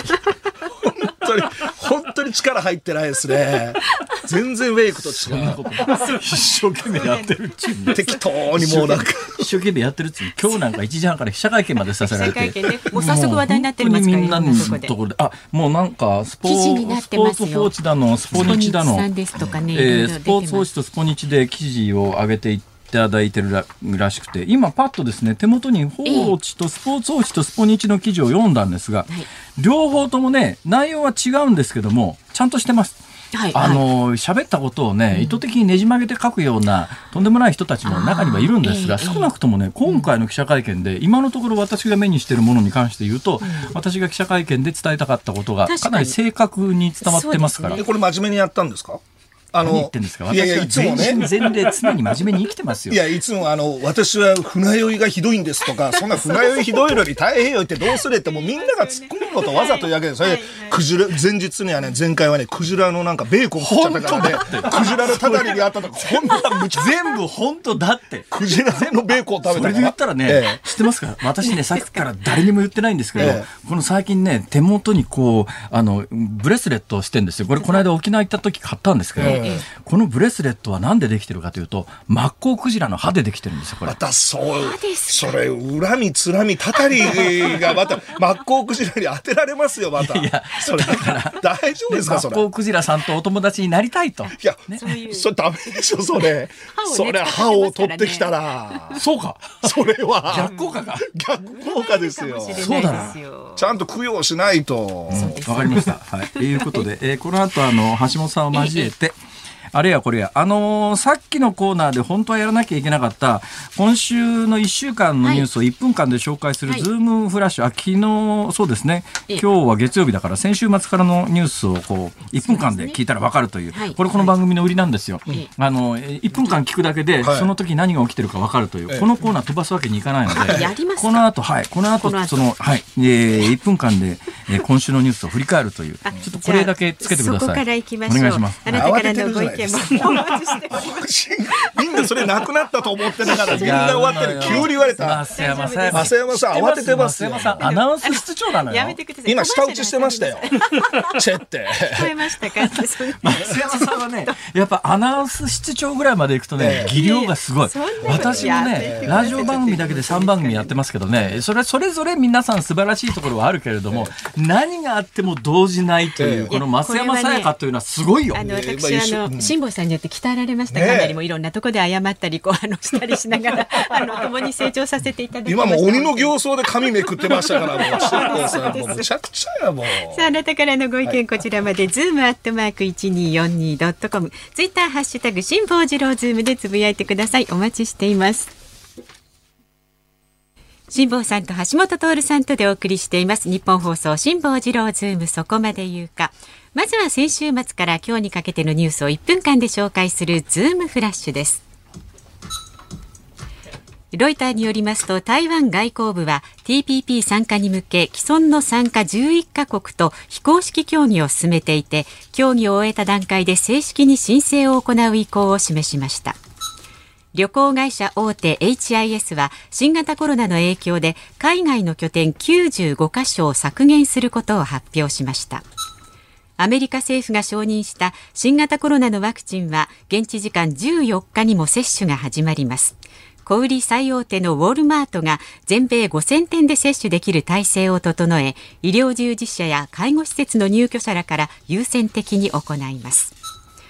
本当に力入ってないですね。全然ウェイクと違う。 一生懸命やってるっちゅう適当にもうなんか一生懸命やってるっちゅう。今日なんか1時半から記者会見までさせられて、 もう早速話題になってますから、 みんなのところでもうなんかスポーツ報知だのスポニチだの、スポーツ報知とスポニチで記事を上げていただいてる らしくて、今パッとですね手元に報知とスポーツ報知とスポニチの記事を読んだんですが、両方ともね内容は違うんですけどもちゃんとしてます。喋ったことをね意図的にねじ曲げて書くようなとんでもない人たちも中にはいるんですが、少なくともね今回の記者会見で今のところ私が目にしているものに関して言うと、私が記者会見で伝えたかったことがかなり正確に伝わってますから。 これ真面目にやったんですか。 何言ってんですか。 いつもね全霊常に真面目に生きてますよ。 いやいつも私は船酔いがひどいんですとか、そんな船酔いひどいのに太平洋ってどうするってもうみんなが突っ込むことわざと言うわけです。それでクジラ前日にはね前回はねクジラのなんかベーコン食っちゃったからねクジラのたたりにあったとかこんな全部本当だってクジラのベーコン食べたから。それで言ったらね、知ってますか。私ねさっきから誰にも言ってないんですけど、この最近ね手元にこうブレスレットをしてるんですよ。これこの間沖縄行った時買ったんですけど、このブレスレットは何でできてるかというとマッコウクジラの歯でできてるんですよ。これまたそれ恨みつらみたたりがまたマッコウクジラに当てられますよまた。いやそれだから大丈夫ですか。それマッコウクジラさんとお友達になりたいと。 いや、それダメでしょそれ。それ歯を取ってきたら。 そうか。 それは逆効果か。 逆効果ですよ。 そうだな。 ちゃんと供養しないと。 わかりました。はい。ということで、この後橋本さんを交えて。あれやこれやさっきのコーナーで本当はやらなきゃいけなかった今週の1週間のニュースを1分間で紹介するズームフラッシュ、昨日そうですね今日は月曜日だから先週末からのニュースをこう1分間で聞いたら分かるという、これこの番組の売りなんですよ。1分間聞くだけでその時何が起きてるか分かるという、このコーナー飛ばすわけにいかないのでこの後その1分間で今週のニュースを振り返るという、ちょっとこれだけつけてください。 そこから行きましょう。 お願いします。 あなたからのご意見みんなそれなくなったと思ってたからみんな終わってる。急に言われた。 増山さん慌ててますよ。 アナウンス室長なのよ。 やめてください。 今舌打ちしてましたよ。チェって聞こえましたか。 増山さんはねやっぱアナウンス室長ぐらいまで行くとね技量がすごい。私もねラジオ番組だけで3番組やってますけどね、それぞれ皆さん素晴らしいところはあるけれども、何があっても動じないというこの増山さやかというのはすごいよ。 私辛坊さんによって鍛えられました。かなりもいろんなところで謝ったりしたりしながら共に成長させていただきました。 今も鬼の形相で髪めくってましたからもう辛坊さんもむちゃくちゃやもう。 さああなたからのご意見こちらまで、zoom@1242.com、ツイッターハッシュタグ辛坊治郎ズームでつぶやいてください。お待ちしています。辛坊さんと橋本徹さんとでお送りしています日本放送辛坊治郎ズームそこまで言うか。まずは先週末から今日にかけてのニュースを1分間で紹介するズームフラッシュです。ロイターによりますと台湾外交部は TPP 参加に向け既存の参加11カ国と非公式協議を進めていて、協議を終えた段階で正式に申請を行う意向を示しました。旅行会社大手 HIS は新型コロナの影響で海外の拠点95カ所を削減することを発表しました。アメリカ政府が承認した新型コロナのワクチンは現地時間14日にも接種が始まります。小売最大手のウォルマートが全米5000店で接種できる体制を整え、医療従事者や介護施設の入居者らから優先的に行います。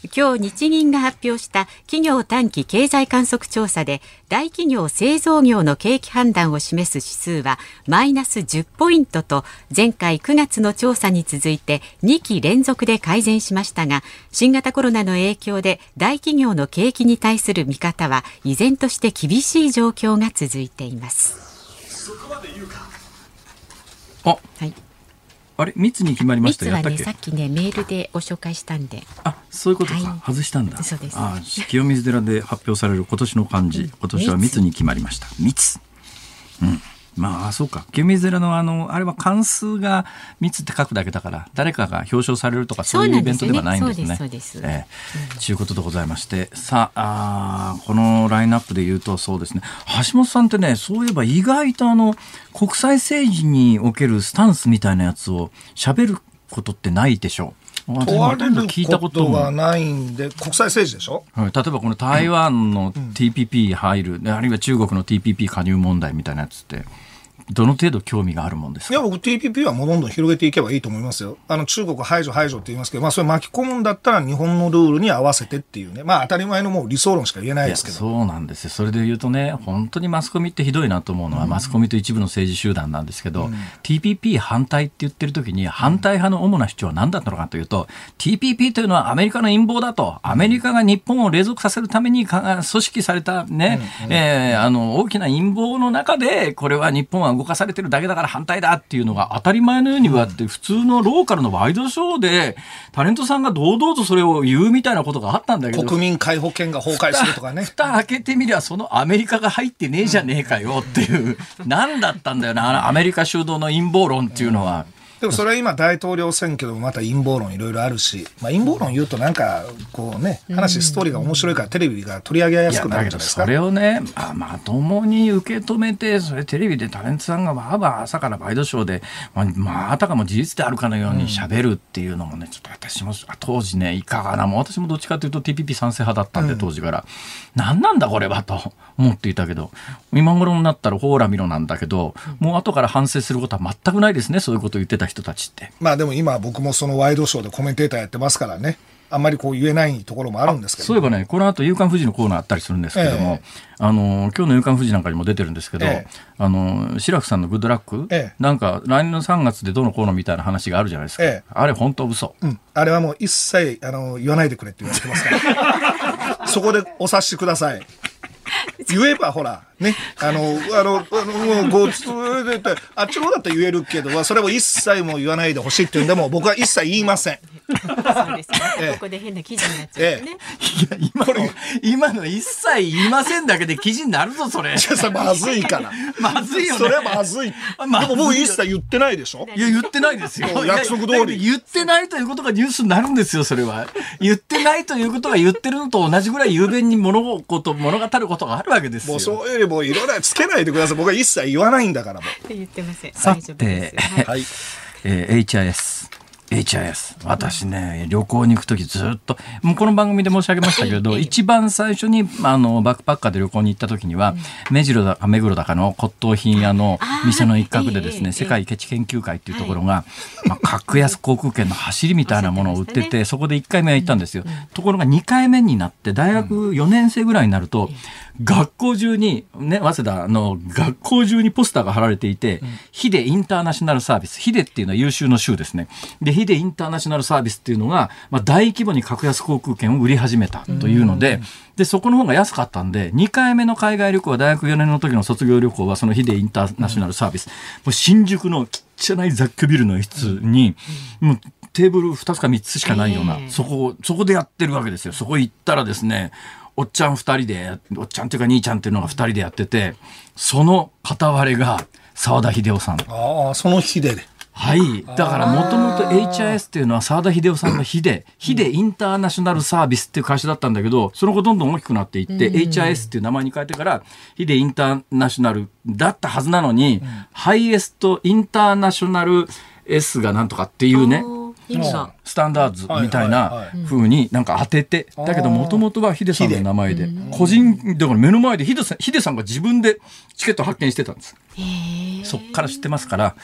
今日日銀が発表した企業短期経済観測調査で大企業製造業の景気判断を示す指数はマイナス10ポイントと前回9月の調査に続いて2期連続で改善しましたが、新型コロナの影響で大企業の景気に対する見方は依然として厳しい状況が続いています。 そこまで言うか。はい、あれ密に決まりました。 密はね、さっきねメールでご紹介したんで。 そういうことか、はい、外したんだ。 そうです。 清水寺で発表される今年の漢字、今年は密に決まりました。密。そうか。清水寺のあれは関数が密って書くだけだから誰かが表彰されるとかそういうイベントではないんですね。 そうです。 ということでございまして、さあ、このラインナップで言うとそうですね。橋本さんってね、そういえば意外と国際政治におけるスタンスみたいなやつを喋ることってないでしょう。 問われることがないんで、国際政治でしょ、 例えばこの台湾の TPP 入る、あるいは中国の TPP 加入問題みたいなやつってどの程度興味があるもんですか？ いや、僕 TPP はもうどんどん広げていけばいいと思いますよ。中国排除って言いますけど、それ巻き込むんだったら日本のルールに合わせてっていうね、当たり前のもう理想論しか言えないですけど。 そうなんですよ。それで言うとね、本当にマスコミってひどいなと思うのは、マスコミと一部の政治集団なんですけど、TPP 反対って言ってる時に反対派の主な主張は何だったのかというと、TPP というのはアメリカの陰謀だと、アメリカが日本を隷属させるために組織されたね、大きな陰謀の中でこれは日本は動かされてるだけだから反対だっていうのが当たり前のように言われて、普通のローカルのワイドショーでタレントさんが堂々とそれを言うみたいなことがあったんだけど、 国民皆保険が崩壊するとかね。 蓋開けてみりゃそのアメリカが入ってねえじゃねえかよっていう、何だったんだよな、アメリカ主導の陰謀論っていうのは。 でもそれは今大統領選挙でもまた陰謀論いろいろあるし、陰謀論言うとなんかこうね、ストーリーが面白いからテレビが取り上げやすくなるんじゃないですか。 それをね、まともに受け止めて、それテレビでタレントさんが朝からワイドショーであたかも事実であるかのように喋るっていうのもね、ちょっと私も当時ね、いかがなも、私もどっちかというと TPP 賛成派だったんで、当時から何なんだこれはと思っていたけど、今頃になったらほーら見ろなんだけど、もう後から反省することは全くないですね、そういうことを言ってた人たちって。 でも今僕もそのワイドショーでコメンテーターやってますからね、あんまりこう言えないところもあるんですけど。 そういえばね、この後夕刊フジのコーナーあったりするんですけども、今日の夕刊フジなんかにも出てるんですけど、志らくさんのグッドラック、なんか来年の3月でどうのこうのみたいな話があるじゃないですか、あれ本当嘘、 あれはもう一切言わないでくれって言われてますからそこでお察しください。言えばほらね、ごつであっちの方だったら言えるけど、それを一切も言わないでほしいっていうんでも僕は一切言いません。 そうですね、ここで変な記事になっちゃうね。 いや、今の一切言いませんだけで記事になるぞそれ。 それまずいからまずいよね。 それはまずい。でも僕一切言ってないでしょ。 いや言ってないですよ。 約束通り言ってないということがニュースになるんですよ。それは言ってないということが言ってるのと同じぐらい雄弁に物語ることがあるわけですよ。 もうそういうよりもいろいろつけないでください。僕は一切言わないんだからもう。 言ってません。 さて、HIS、私ね、旅行に行くときずっと、もうこの番組で申し上げましたけど、一番最初にバックパッカーで旅行に行ったときには、目黒だかの骨董品屋の店の一角でですね、世界ケチ研究会っていうところが、格安航空券の走りみたいなものを売ってて、そこで1回目は行ったんですよ。ところが2回目になって、大学4年生ぐらいになると、学校中に、ね、早稲田の学校中にポスターが貼られていて、ヒデインターナショナルサービス。ヒデっていうのは優秀の州ですね。で、ヒデインターナショナルサービスっていうのが、大規模に格安航空券を売り始めたというので、で、そこの方が安かったんで、2回目の海外旅行は大学4年の時の卒業旅行はそのヒデインターナショナルサービス。もう新宿のちっちゃい雑居ビルの一室に、もうテーブル2つか3つしかないような、そこでやってるわけですよ。そこ行ったらですね、おっちゃん2人で、おっちゃんっていうか兄ちゃんっていうのが2人でやってて、その片割れが澤田秀夫さん。 そのヒデで。 はい。だからもともと HIS っていうのは澤田秀夫さんのヒデインターナショナルサービスっていう会社だったんだけど、その後どんどん大きくなっていって、HIS っていう名前に変えてから、ヒデインターナショナルだったはずなのに、ハイエストインターナショナル S がなんとかっていうね、スタンダーズみたいな風になんか当てて、だけどもともとはヒデさんの名前で、個人だから目の前でヒデさんが自分でチケット発券してたんです。そっから知ってますから、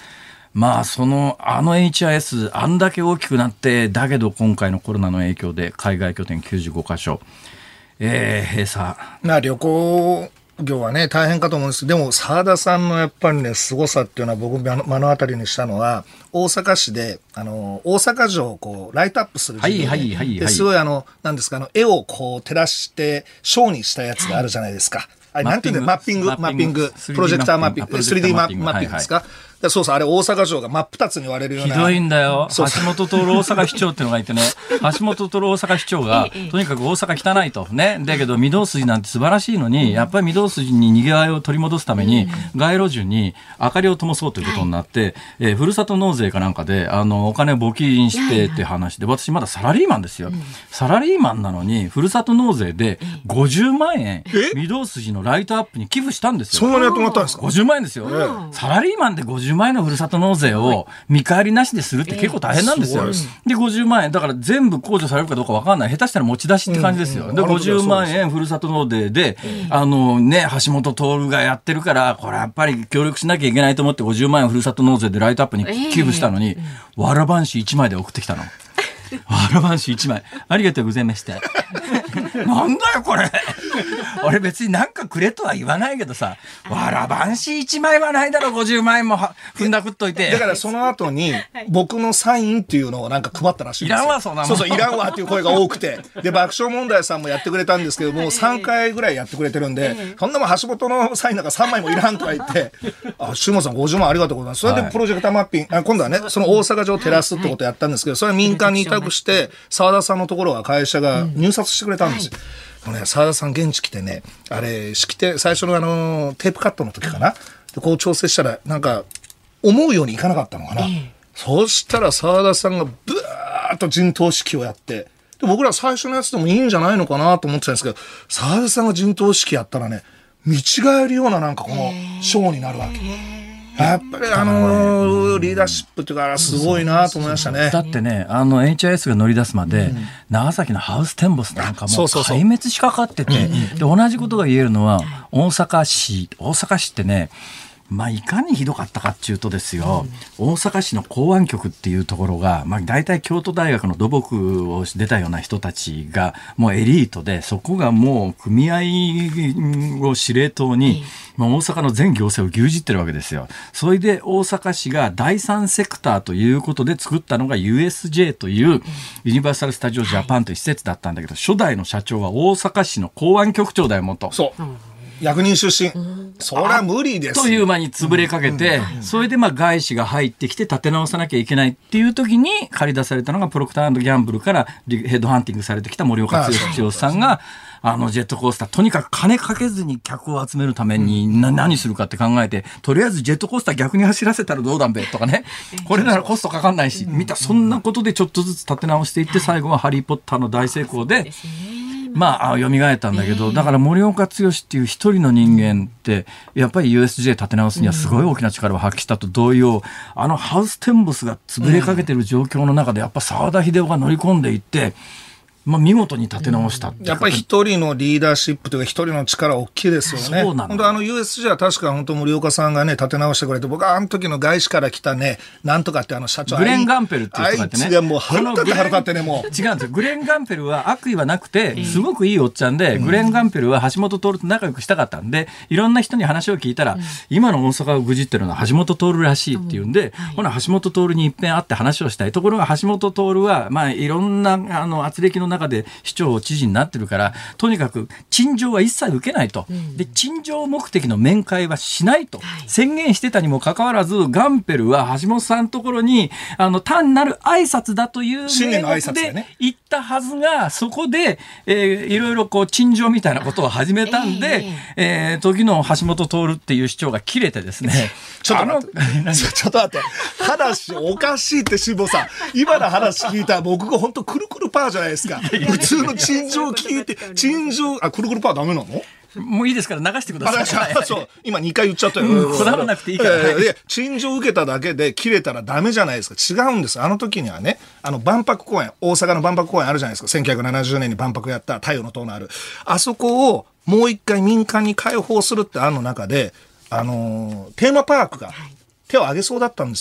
まああの HIS あんだけ大きくなって、だけど今回のコロナの影響で海外拠点95カ所、閉鎖。 旅行業はね大変かと思うんですけど、でも澤田さんのやっぱりね凄さっていうのは、僕目の当たりにしたのは、大阪市で大阪城をこうライトアップする事業ですごいなんですか、絵をこう照らしてショーにしたやつがあるじゃないですか。なんていうんだ、マッピング、プロジェクターマッピング、3D マッピングですか。そうそう、あれ大阪城が真っ二つに割れるような。 ひどいんだよ。橋本徹大阪市長っていうのがいてね、橋本徹大阪市長が、とにかく大阪汚いと。ね。だけど、御堂筋なんて素晴らしいのに、やっぱり御堂筋に賑わいを取り戻すために、街路樹に明かりを灯そうということになって、ふるさと納税かなんかで、お金を募金してって話で、私まだサラリーマンですよ。サラリーマンなのに、ふるさと納税で50万円、御堂筋のライトアップに寄付したんですよ。 そんなにやってもらったんですか？ 50万円ですよ。サラリーマンで50万円のふるさと納税を見返りなしでするって結構大変なんですよ。で、50万円、だから全部控除されるかどうか分かんない。下手したら持ち出しって感じですよ。で、50万円ふるさと納税で、橋本徹がやってるから、これやっぱり協力しなきゃいけないと思って50万円ふるさと納税でライトアップに寄付したのに、わらばんし1枚で送ってきたの。わらばんし1枚。ありがとうございました。なんだよこれ。俺別になんかくれとは言わないけどさ、わらばんし1枚はないだろ、50万円も踏んだくっといて。 だからその後に僕のサインっていうのをなんか配ったらしいんですよ。 いらんわ、そんなもん。 そう、いらんわっていう声が多くて。で、爆笑問題さんもやってくれたんですけど、もう3回ぐらいやってくれてるんで、そんなもん橋本のサインなんか3枚もいらんとか言って、下本さん50万ありがとうございます。それでプロジェクターマッピング、今度はね、その大阪城を照らすってことをやったんですけど、それは民間に委託して、澤田さんのところは会社が入札してくれたんですよ。もうね、澤田さん現地来てね、あれ、式典、最初のテープカットの時かな。で、こう調整したら、なんか、思うようにいかなかったのかな。そうしたら澤田さんがブワーッと陣頭指揮をやって、で、僕ら最初のやつでもいいんじゃないのかなと思ってたんですけど、澤田さんが陣頭指揮やったらね、見違えるようななんかこのショーになるわけ。やっぱりリーダーシップっていうかすごいなと思いましたね。 だってね、HIS が乗り出すまで、長崎のハウステンボスなんかも壊滅しかかってて、で同じことが言えるのは大阪市ってね、まあ、いかにひどかったかっていうとですよ、大阪市の港湾局っていうところが、まあ、大体京都大学の土木を出たような人たちがもうエリートで、そこがもう組合を司令塔に、まあ、大阪の全行政を牛耳ってるわけですよ。それで大阪市が第三セクターということで作ったのが USJ というユニバーサル・スタジオ・ジャパンという施設だったんだけど、初代の社長は大阪市の港湾局長だよ、元。 そう。役人出身。そりゃ無理です。 という間に潰れかけて、それでまあ外資が入ってきて立て直さなきゃいけないっていう時に借り出されたのがプロクター&ギャンブルからヘッドハンティングされてきた森岡剛さんが、ジェットコースター、とにかく金かけずに客を集めるために何するかって考えて、とりあえずジェットコースター逆に走らせたらどうだんべとかね、これならコストかかんないし、見たそんなことでちょっとずつ立て直していって、最後はハリーポッターの大成功で、まあ、蘇ったんだけど、だから森岡剛っていう一人の人間って、やっぱり USJ 立て直すにはすごい大きな力を発揮したと同様、ハウステンボスが潰れかけてる状況の中で、やっぱ澤田秀夫が乗り込んでいって、まあ、見事に立て直したって、 やっぱり一人のリーダーシップというか一人の力大きいですよね。 そうなの。 本当USJ は確か本当森岡さんがね立て直してくれて、僕はあの時の外資から来たね、なんとかって社長グレン・ガンペルっていう人がいてね、 あいつがもう腹立ってね、もう違うんですよ。グレン・ガンペルは悪意はなくてすごくいいおっちゃんで、グレン・ガンペルは橋本徹と仲良くしたかったんで、いろんな人に話を聞いたら、今の大阪をぐじってるのは橋本徹らしいっていうんで、ほな橋本徹に一遍会って話をしたい。ところが橋本徹はまあいろんな圧力の中で市長知事になってるから、とにかく陳情は一切受けないと、で陳情目的の面会はしないと宣言してたにもかかわらず、ガンペルは橋本さんのところに単なる挨拶だという名目で行ったはずが、そこで、いろいろこう陳情みたいなことを始めたんで、時の橋本徹っていう市長が切れてですね、 ちょっと待って話おかしいって、辛坊さん、今の話聞いたら僕が本当くるくるパーじゃないですか。普通の陳情聞いて、くるくるパーダメなの？ もういいですから流してください。 そう、今2回言っちゃったよ。 こだわらなくていいから。 陳情受けただけで切れたらダメじゃないですか。違うんです。あの時にはね、万博公園、大阪の万博公園あるじゃないですか。1970年に万博やった太陽の塔のある。あそこをもう一回民間に開放するって案の中で、テーマパークが手を挙げそうだったんですよ。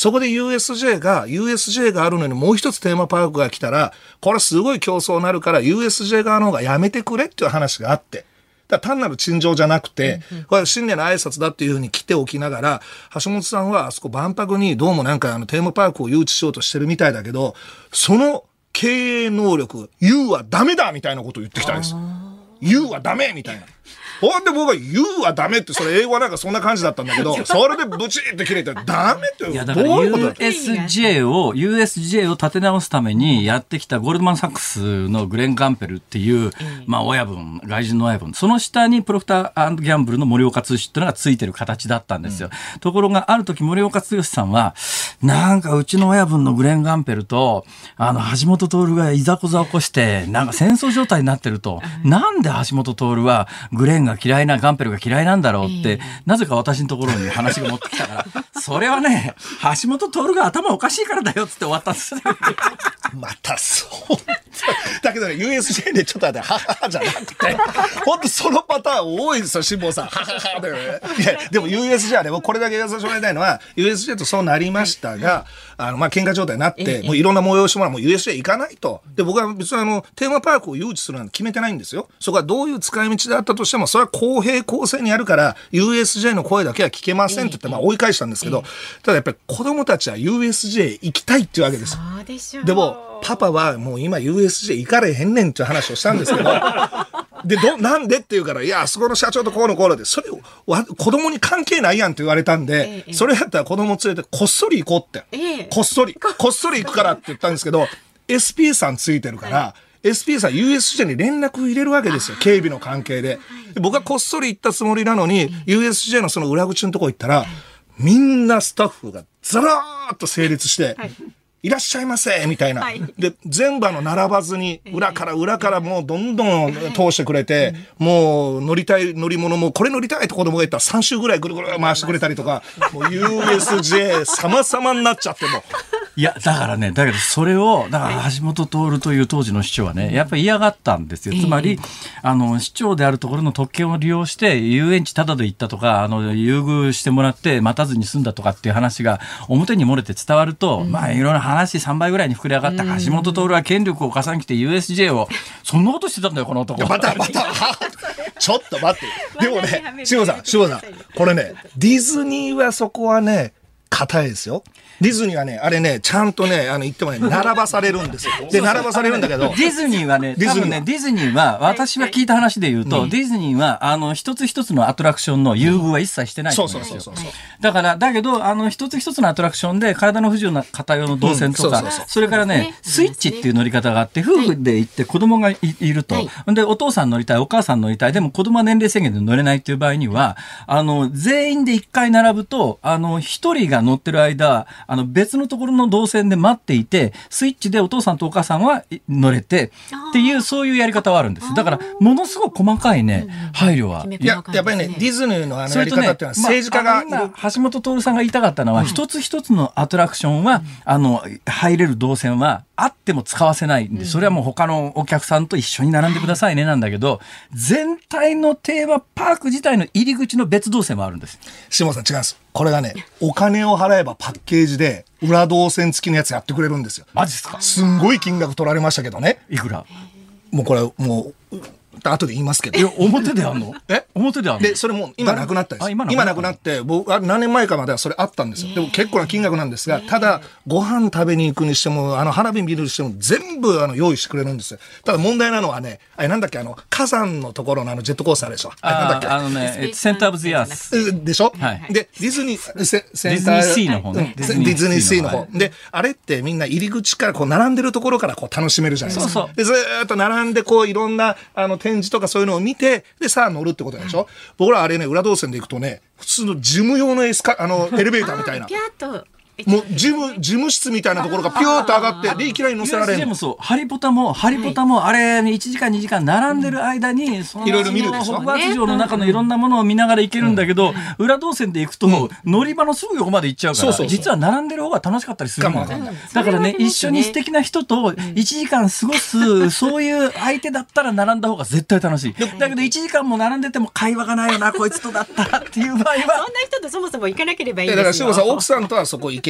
そこで USJ があるのにもう一つテーマパークが来たら、これすごい競争になるから USJ 側の方がやめてくれっていう話があって。だから単なる陳情じゃなくて、これ新年の挨拶だっていうふうに来ておきながら、橋本さんはあそこ万博にどうもなんかテーマパークを誘致しようとしてるみたいだけど、その経営能力、言うはダメだみたいなことを言ってきたんです。言うはダメみたいな。ほんで僕は言うはダメって、それ英語はなんかそんな感じだったんだけど、それでブチって切れて、ダメって、どういうことだ。 USJ を立て直すためにやってきたゴールドマン・サックスのグレン・ガンペルっていう、親分、外人の親分、その下にプロクター&ギャンブルの森岡剛っていうのがついてる形だったんですよ。ところがある時森岡剛さんは、なんかうちの親分のグレン・ガンペルと橋本徹がいざこざを起こしてなんか戦争状態になってると、なんで橋本徹はグレンが嫌いな、ガンペルが嫌いなんだろうって、なぜか私のところに話が持ってきたからそれはね、橋本徹が頭おかしいからだよっつって終わったんですねまたそうだけどね、 USJ でちょっと待って、はははじゃなくて、本当そのパターン多いですよ、辛坊さん。はははだよね。いや、でも USJ はね、これだけ言わせてもらいたいのは、USJ とそうなりましたが、喧嘩状態になって、もういろんな催し物はもう USJ 行かないと。で、僕は別にテーマパークを誘致するなんて決めてないんですよ。そこはどういう使い道であったとしても、それは公平公正にやるから、USJ の声だけは聞けませんって言って、追い返したんですけど、ただやっぱり子供たちは USJ 行きたいっていうわけです。 そうでしょう。 でも、パパはもう今 USJ 行かれへんねんっていう話をしたんですけど、で、なんでって言うから、いや、あそこの社長とこうのこうので、それを子供に関係ないやんって言われたんで、それやったら子供連れてこっそり行こうって。こっそり行くからって言ったんですけど、SP さんついてるから、SP さん USJ に連絡入れるわけですよ、警備の関係で。僕はこっそり行ったつもりなのに、USJ のその裏口のとこ行ったら、みんなスタッフがザラーっと整列して、いらっしゃいませみたいな、で全部並ばずに裏からもうどんどん通してくれて、もう乗りたい乗り物もこれ乗りたいって子供が言ったら3周ぐらいぐるぐる回してくれたりとか、もう USJ 様々になっちゃっても。 いやだけどそれを橋本徹という当時の市長はね、やっぱり嫌がったんですよ。つまり市長であるところの特権を利用して遊園地タダで行ったとか、優遇してもらって待たずに済んだとかっていう話が表に漏れて伝わると、いろいろ話3倍ぐらいに膨れ上がった橋本徹は権力を重ねて USJ をそんなことしてたんだよこの男。 またちょっと待ってでもね、志保さんこれね、ディズニーはそこはね硬いですよ。ディズニーはね、あれね、ちゃんとね、言ってもね、並ばされるんですよ。で、並ばされるんだけど。 ディズニーはね、多分ね、ディズニーは、私は聞いた話で言うと、ディズニーは、一つ一つのアトラクションの優遇は一切してないんですよ。そう。だけど、一つ一つのアトラクションで、体の不自由な方用の動線とか、それからね、スイッチっていう乗り方があって、夫婦で行って子供がいると。で、お父さん乗りたい、お母さん乗りたい、でも子供は年齢制限で乗れないっていう場合には、全員で一回並ぶと、一人が乗ってる間、別のところの動線で待っていて、スイッチでお父さんとお母さんは乗れてっていう、そういうやり方はあるんです。だからものすごく細かいね、配慮は。 いや、やっぱりね、ディズニーのやり方っていうのは政治家が橋本徹さんが言いたかったのは、一つ一つのアトラクションは入れる動線はあっても使わせないんで、それはもう他のお客さんと一緒に並んでくださいねなんだけど、全体のテーマパーク自体の入り口の別動線もあるんです。 下さん違います。これがね、お金を払えばパッケージで裏動線付きのやつやってくれるんですよ。 マジですか？ すんごい金額取られましたけどね。 いくら？ もうこれもう後で言いますけど。 いや、表であんの？表であんの？ で、それもう今なくなったんです。今なくなって、僕何年前かまではそれあったんですよ。でも結構な金額なんですが、ただご飯食べに行くにしても、花火見るにしても全部用意してくれるんですよ。ただ問題なのはね、なんだっけ、火山のところのジェットコースターでしょ。なんだっけ。 センターオブザアースでしょ。で、ディズニーシーの方ね。 ディズニーシーの方。で、あれってみんな入り口からこう並んでるところからこう楽しめるじゃないですか。で、ずーっと並んでこういろんな展示とかそういうのを見て、でさあ乗るってことでしょ。僕らあれね、裏動線で行くとね、普通の事務用のエレベーターみたいな。もう事務室みたいなところがピューッと上がって、でいきなり乗せられる。 でもそう、ハリポタもあれ1時間2時間並んでる間に、いろいろ見るでしょ。 ホグワーツ城の中のいろんなものを見ながら行けるんだけど、裏動線で行くと乗り場のすぐ横まで行っちゃうから、実は並んだ方が楽しかったりするんだよ。だからね、一緒に素敵な人と1時間過ごす、そういう相手だったら並んだ方が絶対楽しい。だけど1時間も並んでても会話がないよな、こいつとだったらっていう場合は。そんな人とそもそも行かなければいいんですよ。 だから志保さん、奥さんとはそこ行け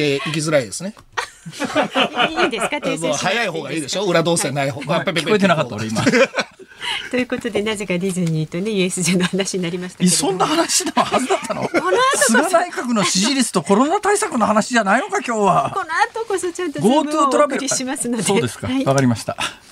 係行きづらいですね。 いいですか、訂正しなくていいですか。 早い方がいいでしょ、裏動線ない方が。 聞こえてなかった俺今。 ということで、なぜかディズニーとね USJ の話になりましたけど、 そんな話のはずだったの。 この後こ菅内閣の支持率とコロナ対策の話じゃないのか今日は。 この後こそちゃんとズームを GoTo トラベルお送りしますので。 そうですか、 はい、 わかりました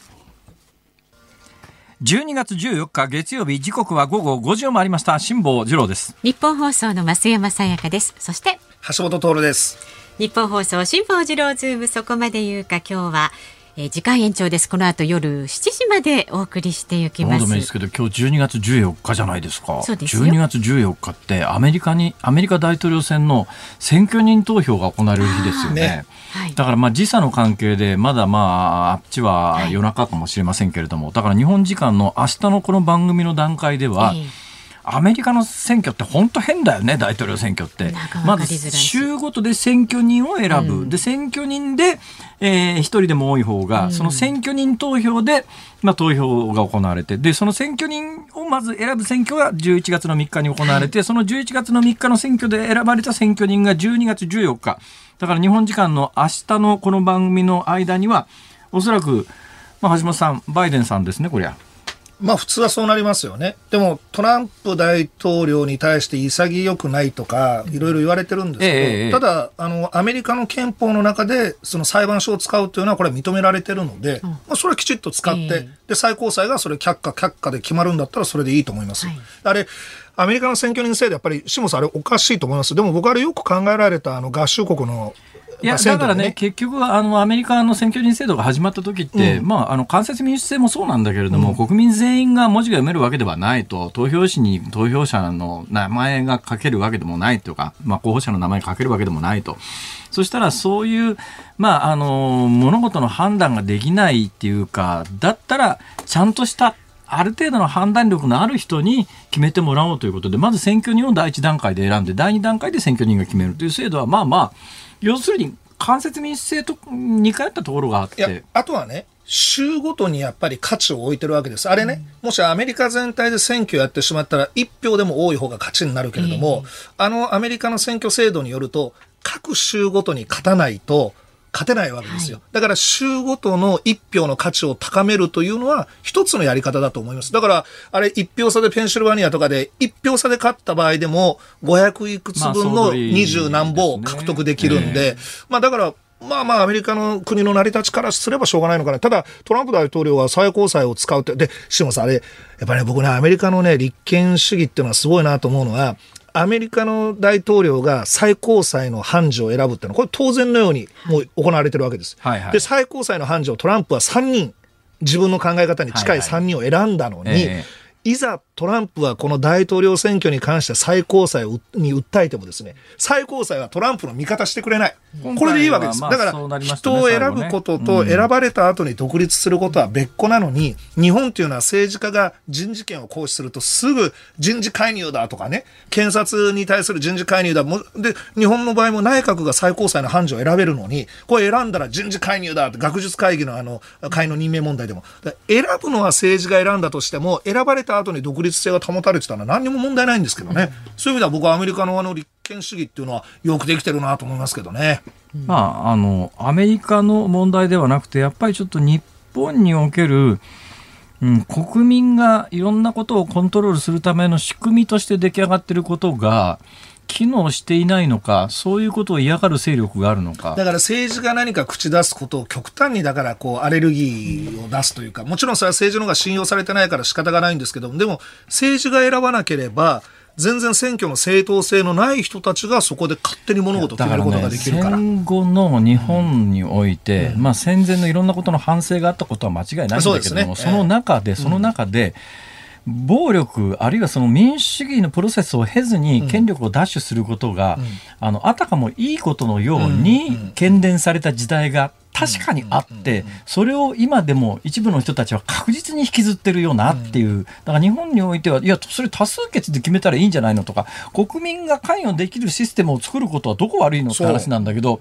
。12月14日月曜日、時刻は午後5時を回りました。辛坊治郎です。 日本放送の増山さやかです。そして橋本徹です。 日本放送辛坊治郎ズームそこまで言うか、今日は時間延長です。この後夜7時までお送りしていきます。 どうでもいいですけど、今日12月14日じゃないですか。 そうですよ。 12月14日ってアメリカ大統領選の選挙人投票が行われる日ですよね。はい、だから時差の関係でまだあっちは夜中かもしれませんけれども、だから日本時間の明日のこの番組の段階では、アメリカの選挙って本当変だよね。大統領選挙ってまず州ごとで選挙人を選ぶ、で選挙人で、一人でも多い方が、その選挙人投票で、投票が行われて、でその選挙人をまず選ぶ選挙が11月の3日に行われて、その11月の3日の選挙で選ばれた選挙人が12月14日だから、日本時間の明日のこの番組の間にはおそらく、橋本さんバイデンさんですね、こりゃ。 普通はそうなりますよね。でもトランプ大統領に対して潔くないとかいろいろ言われてるんですけど、ただアメリカの憲法の中でその裁判所を使うというのはこれは認められてるので、それはきちっと使って、で最高裁がそれ却下で決まるんだったらそれでいいと思います。あれアメリカの選挙人制度やっぱり下さんあれおかしいと思います。でも僕あれよく考えられた合衆国のだからね、結局はアメリカの選挙人制度が始まった時って、間接民主制もそうなんだけれども、国民全員が文字が読めるわけではないと、投票紙に投票者の名前が書けるわけでもないとか、候補者の名前が書けるわけでもないと。そしたらそういう、物事の判断ができないっていうか、だったらちゃんとしたある程度の判断力のある人に決めてもらおうということで、まず選挙人を第一段階で選んで、第二段階で選挙人が決めるという制度は要するに間接民主制と似通ったところがあって、 あとはね、州ごとにやっぱり価値を置いてるわけです。あれね、もしアメリカ全体で選挙やってしまったら1票でも多い方が勝ちになるけれども、アメリカの選挙制度によると各州ごとに勝たないと勝てないわけですよ。だから州ごとの1票の価値を高めるというのは一つのやり方だと思います。だからあれ1票差でペンシルバニアとかで1票差で勝った場合でも500いくつ分の20何本を獲得できるんで、だからアメリカの国の成り立ちからすればしょうがないのかな。ただトランプ大統領は最高裁を使うって。で下さんあれやっぱり僕ね、アメリカのね立憲主義っていうのはすごいなと思うのは、アメリカの大統領が最高裁の判事を選ぶっていうのはこれ当然のようにもう行われてるわけです。で最高裁の判事をトランプは3人自分の考え方に近い3人を選んだのに、いざトランプはこの大統領選挙に関して最高裁に訴えてもですね、最高裁はトランプの味方してくれない。これでいいわけです。だから人を選ぶことと選ばれた後に独立することは別個なのに、日本っていうのは政治家が人事権を行使するとすぐ人事介入だとかね、検察に対する人事介入だ。で日本の場合も内閣が最高裁の判事を選べるのに、これ選んだら人事介入だって、学術会議の会の任命問題でも選ぶのは政治が選んだとしても、選ばれた後に独立性が保たれてたのは何にも問題ないんですけどね。そういう意味では僕はアメリカの立憲主義っていうのはよくできてるなと思いますけどね。 アメリカの問題ではなくて、やっぱりちょっと日本における、国民がいろんなことをコントロールするための仕組みとして出来上がっていることが機能していないのか、そういうことを嫌がる勢力があるのか。 だから政治が何か口出すことを極端にアレルギーを出すというか、もちろんそれは政治の方が信用されてないから仕方がないんですけども、でも政治が選ばなければ全然選挙の正当性のない人たちがそこで勝手に物事を決めることができるから。 戦後の日本において、戦前のいろんなことの反省があったことは間違いないんだけども、その中で暴力あるいはその民主主義のプロセスを経ずに権力を奪取することが、あたかもいいことのように喧伝された時代が確かにあって、それを今でも一部の人たちは確実に引きずってるよなっていう。だから日本においては、いやそれ多数決で決めたらいいんじゃないのとか、国民が関与できるシステムを作ることはどこ悪いのって話なんだけど、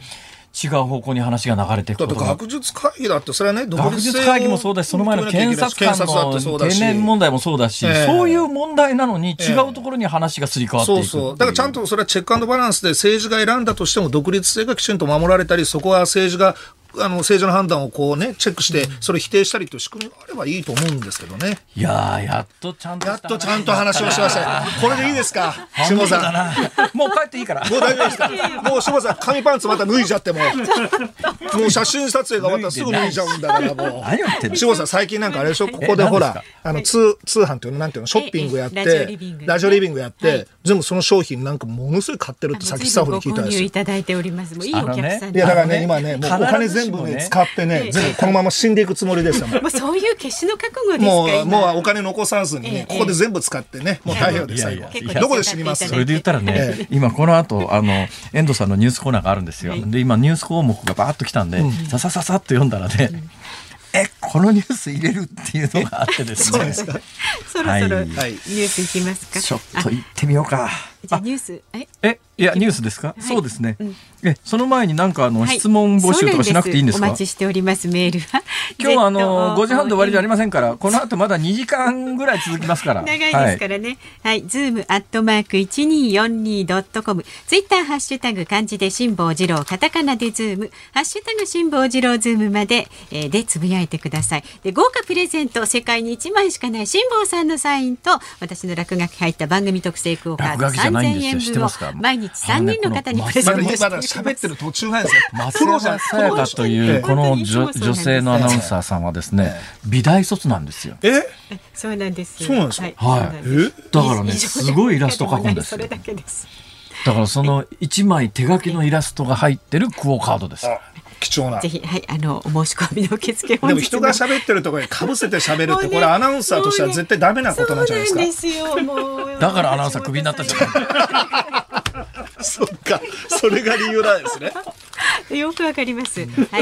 違う方向に話が流れていくことが。 だって学術会議だって、それはね、 学術会議もそうだし、その前の検察官の定年問題もそうだし、そういう問題なのに違うところに話がすり替わっていく。 そうだからちゃんとそれはチェック&バランスで、政治が選んだとしても独立性がきちんと守られたり、そこは政治が政治の判断をこうねチェックしてそれを否定したりという仕組みがあればいいと思うんですけどね。 いややっとちゃんと話をしました。これでいいですか、下さん。 もう帰っていいから。 もう大丈夫ですか。もう下さん紙パンツまた脱いじゃってもう写真撮影が終わったらすぐ脱いじゃうんだから。もう下さん最近なんかあれでしょ、ここでほら通販っていうのなんていうの、ショッピングやってラジオリビングやって、全部その商品なんかものすごい買ってるってさっきスタッフに聞いたんですよ。 ご購入いただいております。もういいお客さん。 いやだからね今ねもうお金全部ね使ってね全部このまま死んでいくつもりですよ。 もうそういう決死の覚悟ですか。 もうお金残さずにねここで全部使ってねもう大変です。最後どこで死にます。 それで言ったらね今この後遠藤さんのニュースコーナーがあるんですよ。で今ニュース項目がバーッと来たんでささささっと読んだらねこのニュース入れるっていうのがあってですね。 そろそろニュースいきますか。 ちょっと行ってみようか。 じゃあニュースいやニュースですか。そうですね。その前になんか質問募集とかしなくていいんですか。 お待ちしております。メールは今日は5時半で終わりじゃありませんから、この後まだ2時間ぐらい続きますから。 長いですからね。zoom@1242.com、ツイッターハッシュタグ漢字で辛坊治郎、カタカナでズーム、ハッシュタグ辛坊治郎ズームまででつぶやいてください。で豪華プレゼント、世界に1枚しかない辛坊さんのサインと私の落書き入った番組特製クオカード3000円分を毎日3人の方にプレゼントしてまだ喋ってる途中なんですよ。 増山さやかというこの女性のアナウンサーさんはですね、美大卒なんですよ。 そうなんです。 そうなんですか。 だからねすごいイラスト描くんですよ。 それだけです。 だからその1枚手書きのイラストが入ってるクオカードです。 貴重な。 ぜひお申し込みの受付。 でも人が喋ってるところにかぶせて喋るってこれアナウンサーとしては絶対ダメなことなんじゃないですか。 そうなんですよ。もうだからアナウンサークビになったじゃない。 そっか、それが理由なんですね。 よくわかります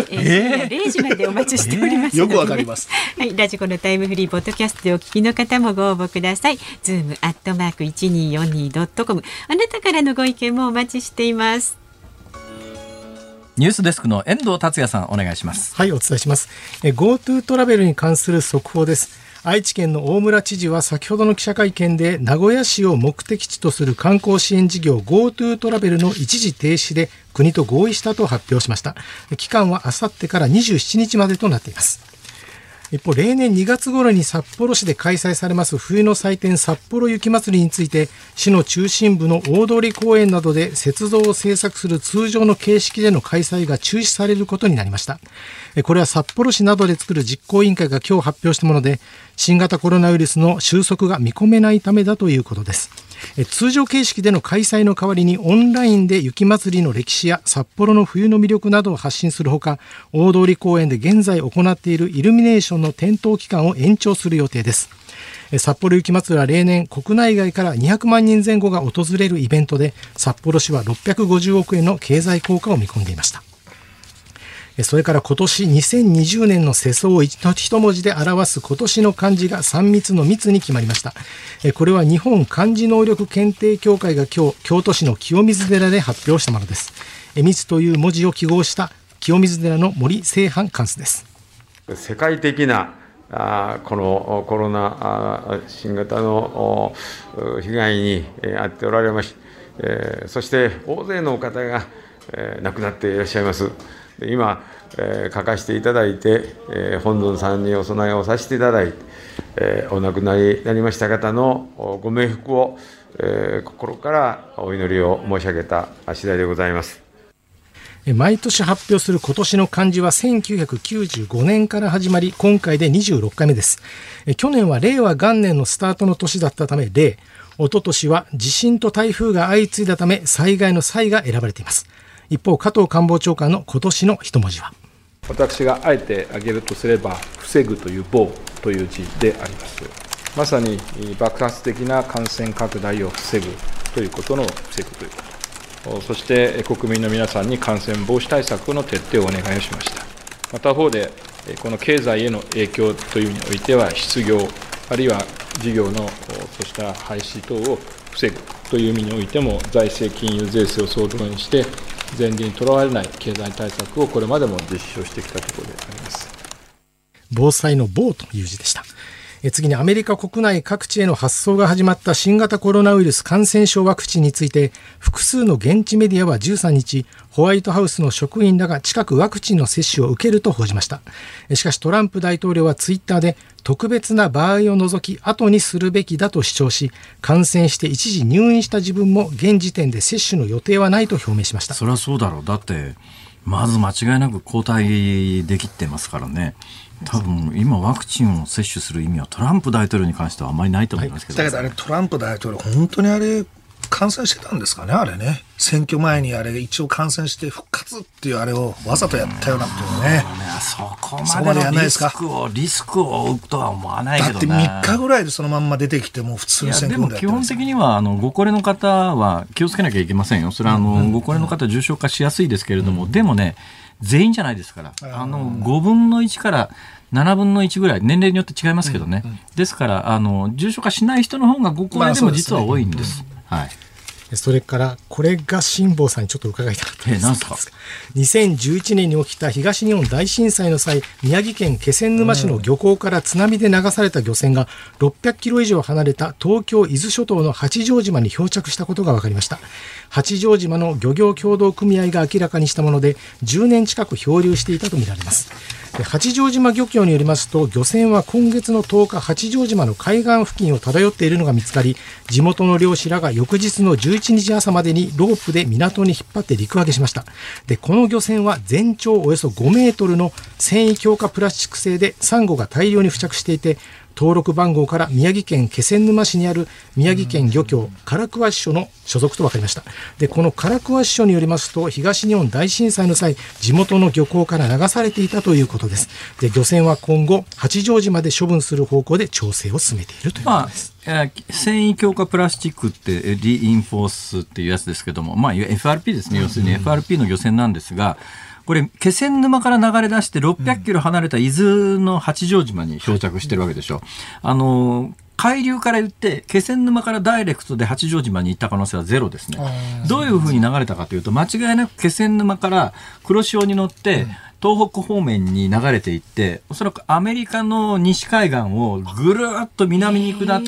。0時までお待ちしております。 よくわかります。 ラジコのタイムフリーポッドキャストでお聞きの方もご応募ください。zoom@1242.com、あなたからのご意見もお待ちしています。 ニュースデスクの遠藤達也さんお願いします。 はい、お伝えします。GoTo トラベルに関する速報です。愛知県の大村知事は先ほどの記者会見で名古屋市を目的地とする観光支援事業 GoTo トラベルの一時停止で国と合意したと発表しました。期間はあさってから27日までとなっています。一方、例年2月頃に札幌市で開催されます冬の祭典札幌雪まつりについて、市の中心部の大通公園などで雪像を制作する通常の形式での開催が中止されることになりました。これは札幌市などで作る実行委員会が今日発表したもので、新型コロナウイルスの収束が見込めないためだということです。通常形式での開催の代わりにオンラインで雪まつりの歴史や札幌の冬の魅力などを発信するほか、大通公園で現在行っているイルミネーションの点灯期間を延長する予定です。札幌雪まつりは例年国内外から200万人前後が訪れるイベントで、札幌市は650億円の経済効果を見込んでいました。それから今年2020年の世相を一文字で表す今年の漢字が3密の密に決まりました。これは日本漢字能力検定協会が今日京都市の清水寺で発表したものです。密という文字を記号した清水寺の森清範貫主です。 世界的なこのコロナ新型の被害に遭っておられまし、そして大勢の方が亡くなっていらっしゃいます。今、書かせていただいて、本尊さんにお供えをさせていただいて、お亡くなりになりました方のご冥福を、心からお祈りを申し上げた次第でございます。 毎年発表する今年の漢字は1995年から始まり、今回で26回目です。去年は令和元年のスタートの年だったため令、一昨年は地震と台風が相次いだため災害の災が選ばれています。一方、加藤官房長官の今年の一文字は、 私があえて挙げるとすれば、防ぐという防という字であります。まさに爆発的な感染拡大を防ぐということの防ぐということ、そして国民の皆さんに感染防止対策の徹底をお願いをしました。また他方で、この経済への影響というにおいては、失業、あるいは事業のそうした廃止等を防ぐという意味においても、財政金融税制を総動員して、 前例にとらわれない経済対策をこれまでも実施をしてきたところであります。 防災の防という字でした。次にアメリカ国内各地への発送が始まった新型コロナウイルス感染症ワクチンについて、複数の現地メディアは13日、ホワイトハウスの職員らが近くワクチンの接種を受けると報じました。しかしトランプ大統領はツイッターで、特別な場合を除き後にするべきだと主張し、感染して一時入院した自分も現時点で接種の予定はないと表明しました。 そりゃそうだろう。だってまず間違いなく抗体できてますからね。多分今ワクチンを接種する意味はトランプ大統領に関してはあんまりないと思いますけど、 だけどあれトランプ大統領本当にあれ感染してたんですかね。あれね、選挙前にあれ一応感染して復活っていうあれをわざとやったようなっていうね。 そこまでのリスクを負うとは思わないけどね。 だって3日ぐらいでそのまんま出てきてもう普通に選挙運動やってます。 でも基本的にはご高齢の方は気をつけなきゃいけませんよ。それはご高齢の方重症化しやすいですけれども、でもね全員じゃないですから、5分の1から7分の1ぐらい、年齢によって違いますけどね、ですから重症化しない人の方がご高齢でも実は多いんです。はい。 それからこれが辛坊さんにちょっと伺いたかったです。 何ですか。 2011年に起きた東日本大震災の際、宮城県気仙沼市の漁港から津波で流された漁船が600キロ以上離れた東京伊豆諸島の八丈島に漂着したことが分かりました。八丈島の漁業協同組合が明らかにしたもので、10年近く漂流していたとみられます。八丈島漁協によりますと、漁船は今月の10日八丈島の海岸付近を漂っているのが見つかり、地元の漁師らが翌日の11日朝までにロープで港に引っ張って陸揚げしました。でこの漁船は全長およそ5メートルの繊維強化プラスチック製で、サンゴが大量に付着していて、登録番号から宮城県気仙沼市にある宮城県漁協唐桑支所の所属と分かりました。でこの唐桑支所によりますと、東日本大震災の際、地元の漁港から流されていたということです。で漁船は今後八丈島で処分する方向で調整を進めているということです。 繊維強化プラスチックってリインフォースっていうやつですけども、FRP ですね。要するに FRP の漁船なんですが、これ気仙沼から流れ出して600キロ離れた伊豆の八丈島に漂着してるわけでしょ。海流から言って気仙沼からダイレクトで八丈島に行った可能性はゼロですね。どういうふうに流れたかというと、間違いなく気仙沼から黒潮に乗って東北方面に流れていって、おそらくアメリカの西海岸をぐるっと南に下って、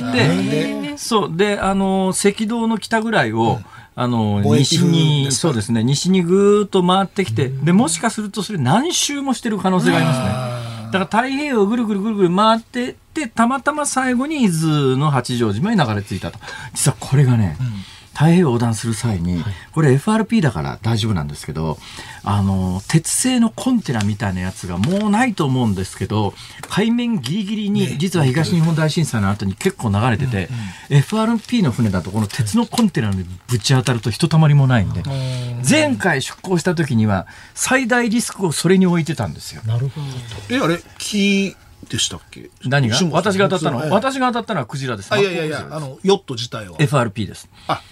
そうで赤道の北ぐらいを西に、そうですね、西にぐーっと回ってきて、でもしかするとそれ何周もしてる可能性がありますね。だから太平洋をぐるぐるぐるぐる回ってって、たまたま最後に伊豆の八丈島に流れ着いたと。実はこれがね、太平洋横断する際に、これ FRP だから大丈夫なんですけど、鉄製のコンテナみたいなやつがもうないと思うんですけど、海面ギリギリに実は東日本大震災の後に結構流れてて、FRP の船だとこの鉄のコンテナにぶち当たるとひとたまりもないんで、前回出港した時には最大リスクをそれに置いてたんですよ。 なるほど。 あれ木でしたっけ。 何が私が当たったの、私が当たったのはクジラです。 いやヨット自体は FRP です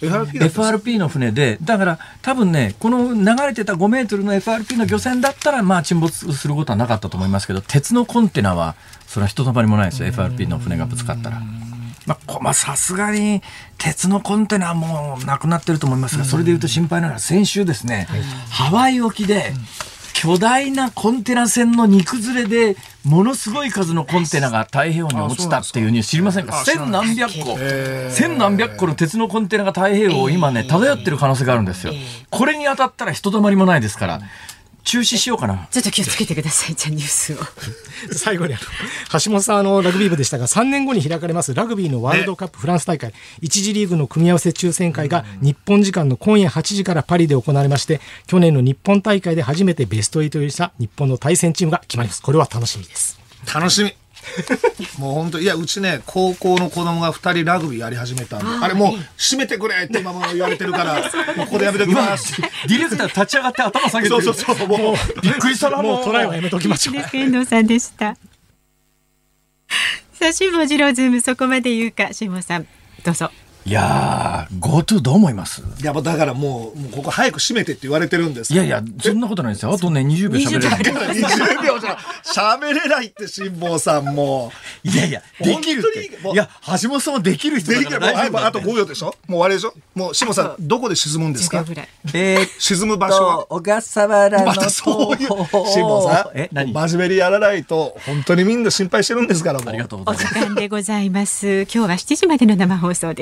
。FRP の船で、だから多分ね、この流れてた5メートルの FRP の漁船だったら沈没することはなかったと思いますけど、鉄のコンテナはそれはひとたまりもないですよ。 FRP の船がぶつかったらさすがに鉄のコンテナはもうなくなってると思いますが、それでいうと心配なのは先週ですね、ハワイ沖で巨大なコンテナ船の荷崩れでものすごい数のコンテナが太平洋に落ちたっていうニュース知りませんか。千何百個の鉄のコンテナが太平洋を今ね漂ってる可能性があるんですよ。これに当たったらひとたまりもないですから中止しようかな。 ちょっと気をつけてください。じゃあニュースを最後に橋本さんラグビー部でしたが、3年後に開かれますラグビーのワールドカップフランス大会1次リーグの組み合わせ抽選会が日本時間の今夜8時からパリで行われまして、去年の日本大会で初めてベスト8入りした日本の対戦チームが決まります。これは楽しみです。 楽しみもう本当、いやうちね高校の子供が2人ラグビーやり始めたんで、あれもう閉めてくれって今も言われてるからもうここでやめときます。 ディレクター立ち上がって頭下げてる。 そうもうびっくりしたな。 もうトライはやめときましょう。 遠藤さんでした。さあ辛坊治郎ズームそこまで言うか。辛坊さんどうぞ。 いやー、GoTo どう思います？ いや、だからもうここ早く閉めてって言われてるんです。 いやいや、そんなことないですよ。あとね、20秒喋れない。 20秒じゃ喋れないって、辛坊さんも。 いやいや、できるって。いや、橋本さんもできる人だから大丈夫。 あと5秒でしょ。もう終わりでしょ。もう辛坊さん、どこで沈むんですか？沈む場所は小笠原のまたそういう辛坊さん、真面目にやらないと本当にみんな心配してるんですから。もうありがとうございます。 お時間でございます。今日は7時までの生放送です。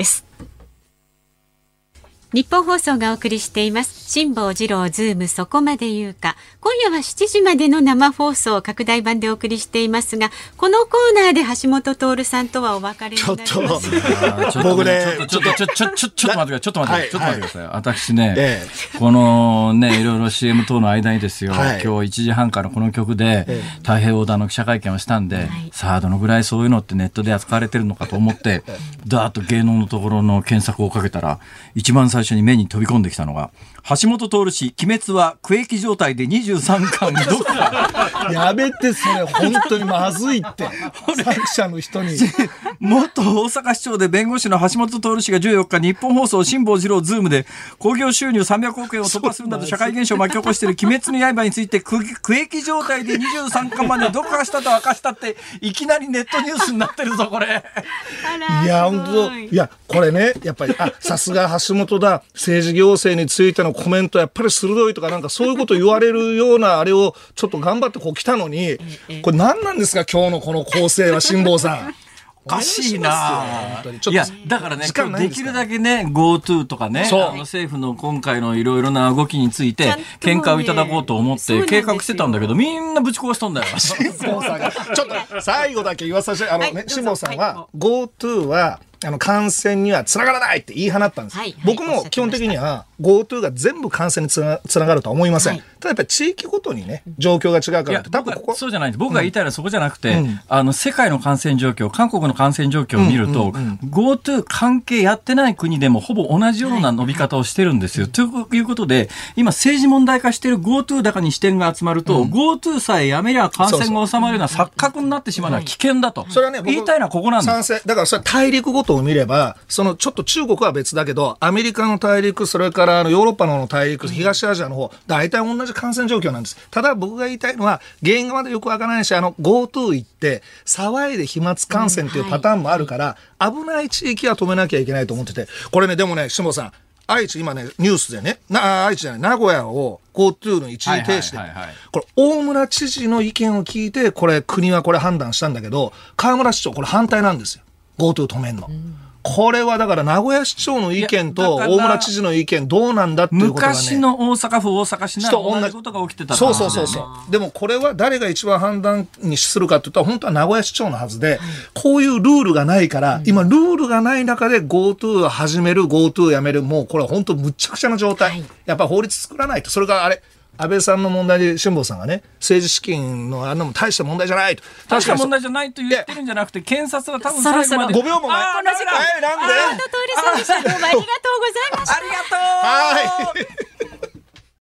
日本放送がお送りしています辛坊治郎ズームそこまで言うか。今夜は7時までの生放送拡大版でお送りしていますが、このコーナーで橋本徹さんとはお別れになります。 僕ね、 ちょっと待ってください。私ね、このね、いろいろ CM 等の間にですよ、今日1時半からこの曲で太平洋横断の記者会見をしたんで、さあどのぐらいそういうのってネットで扱われてるのかと思ってダーッと芸能のところの検索をかけたら、一番最初に目に飛び込んできたのが、橋本徹氏鬼滅は区役状態で23巻読破。 やめて、それ本当にまずいって作者の人に。 元大阪市長で弁護士の橋本徹氏が14日、日本放送辛坊治郎ズームで興行収入300億円を突破するなど社会現象を巻き起こしている鬼滅の刃について区役状態で23巻まで読破したと明かしたって、いきなりネットニュースになってるぞこれ。 いや本当、いやこれね、やっぱりさすが橋本だ、政治行政についてのコメントやっぱり鋭いとか、なんかそういうこと言われるようなあれをちょっと頑張ってこう来たのに、これ何なんですか今日のこの構成は。辛坊さんおかしいな。いやだからね、できるだけね GoTo とかね、政府の今回のいろいろな動きについて見解をいただこうと思って計画してたんだけど、みんなぶち壊しとんだよ。 辛坊さんがちょっと最後だけ言わさせて、辛坊さんは GoTo は感染にはつながらないって言い放ったんです。僕も基本的には GoTo が全部感染につながるとは思いません。ただやっぱり地域ごとにね状況が違うからって、多分ここそうじゃないんです。僕が言いたいのはそこじゃなくて、世界の感染状況、韓国の感染状況を見ると、GoTo 関係やってない国でもほぼ同じような伸び方をしてるんですよ。ということで今政治問題化している GoTo 高に視点が集まると、GoTo さえやめりゃ感染が収まるような錯覚になってしまうのは危険だと。それはね、言いたいのはここなんです。 だからそれ大陸ごとを見れば、そのちょっと中国は別だけど、アメリカの大陸、それからヨーロッパの大陸、東アジアの方、大体同じ感染状況なんです。ただ僕が言いたいのは、原因がまだよくわからないし、GoTo 行って騒いで飛沫感染っていうパターンもあるから、危ない地域は止めなきゃいけないと思ってて、これね、でもね、辛坊さん、愛知今ねニュースでね、愛知じゃない、名古屋を GoTo の一時停止で、これ大村知事の意見を聞いて、これ国はこれ判断したんだけど、河村市長これ反対なんですよ、 GoTo 止めんの。これはだから名古屋市長の意見と大村知事の意見どうなんだっていうことがね、 昔の大阪府大阪市なら同じことが起きてたんだよね。 そうでもこれは誰が一番判断に資するかって言ったら本当は名古屋市長のはずで、こういうルールがないから、今ルールがない中で GoTo を始める GoTo をやめる、もうこれは本当むっちゃくちゃな状態、やっぱ法律作らないと。それから安倍さんの問題で辛坊さんがね、政治資金のも大した問題じゃないと、 大した問題じゃないと言ってるんじゃなくて、検察が多分最後まで 5秒も前、 この時間、 なんで通りさんでした。どうもありがとうございました。 ありがとう。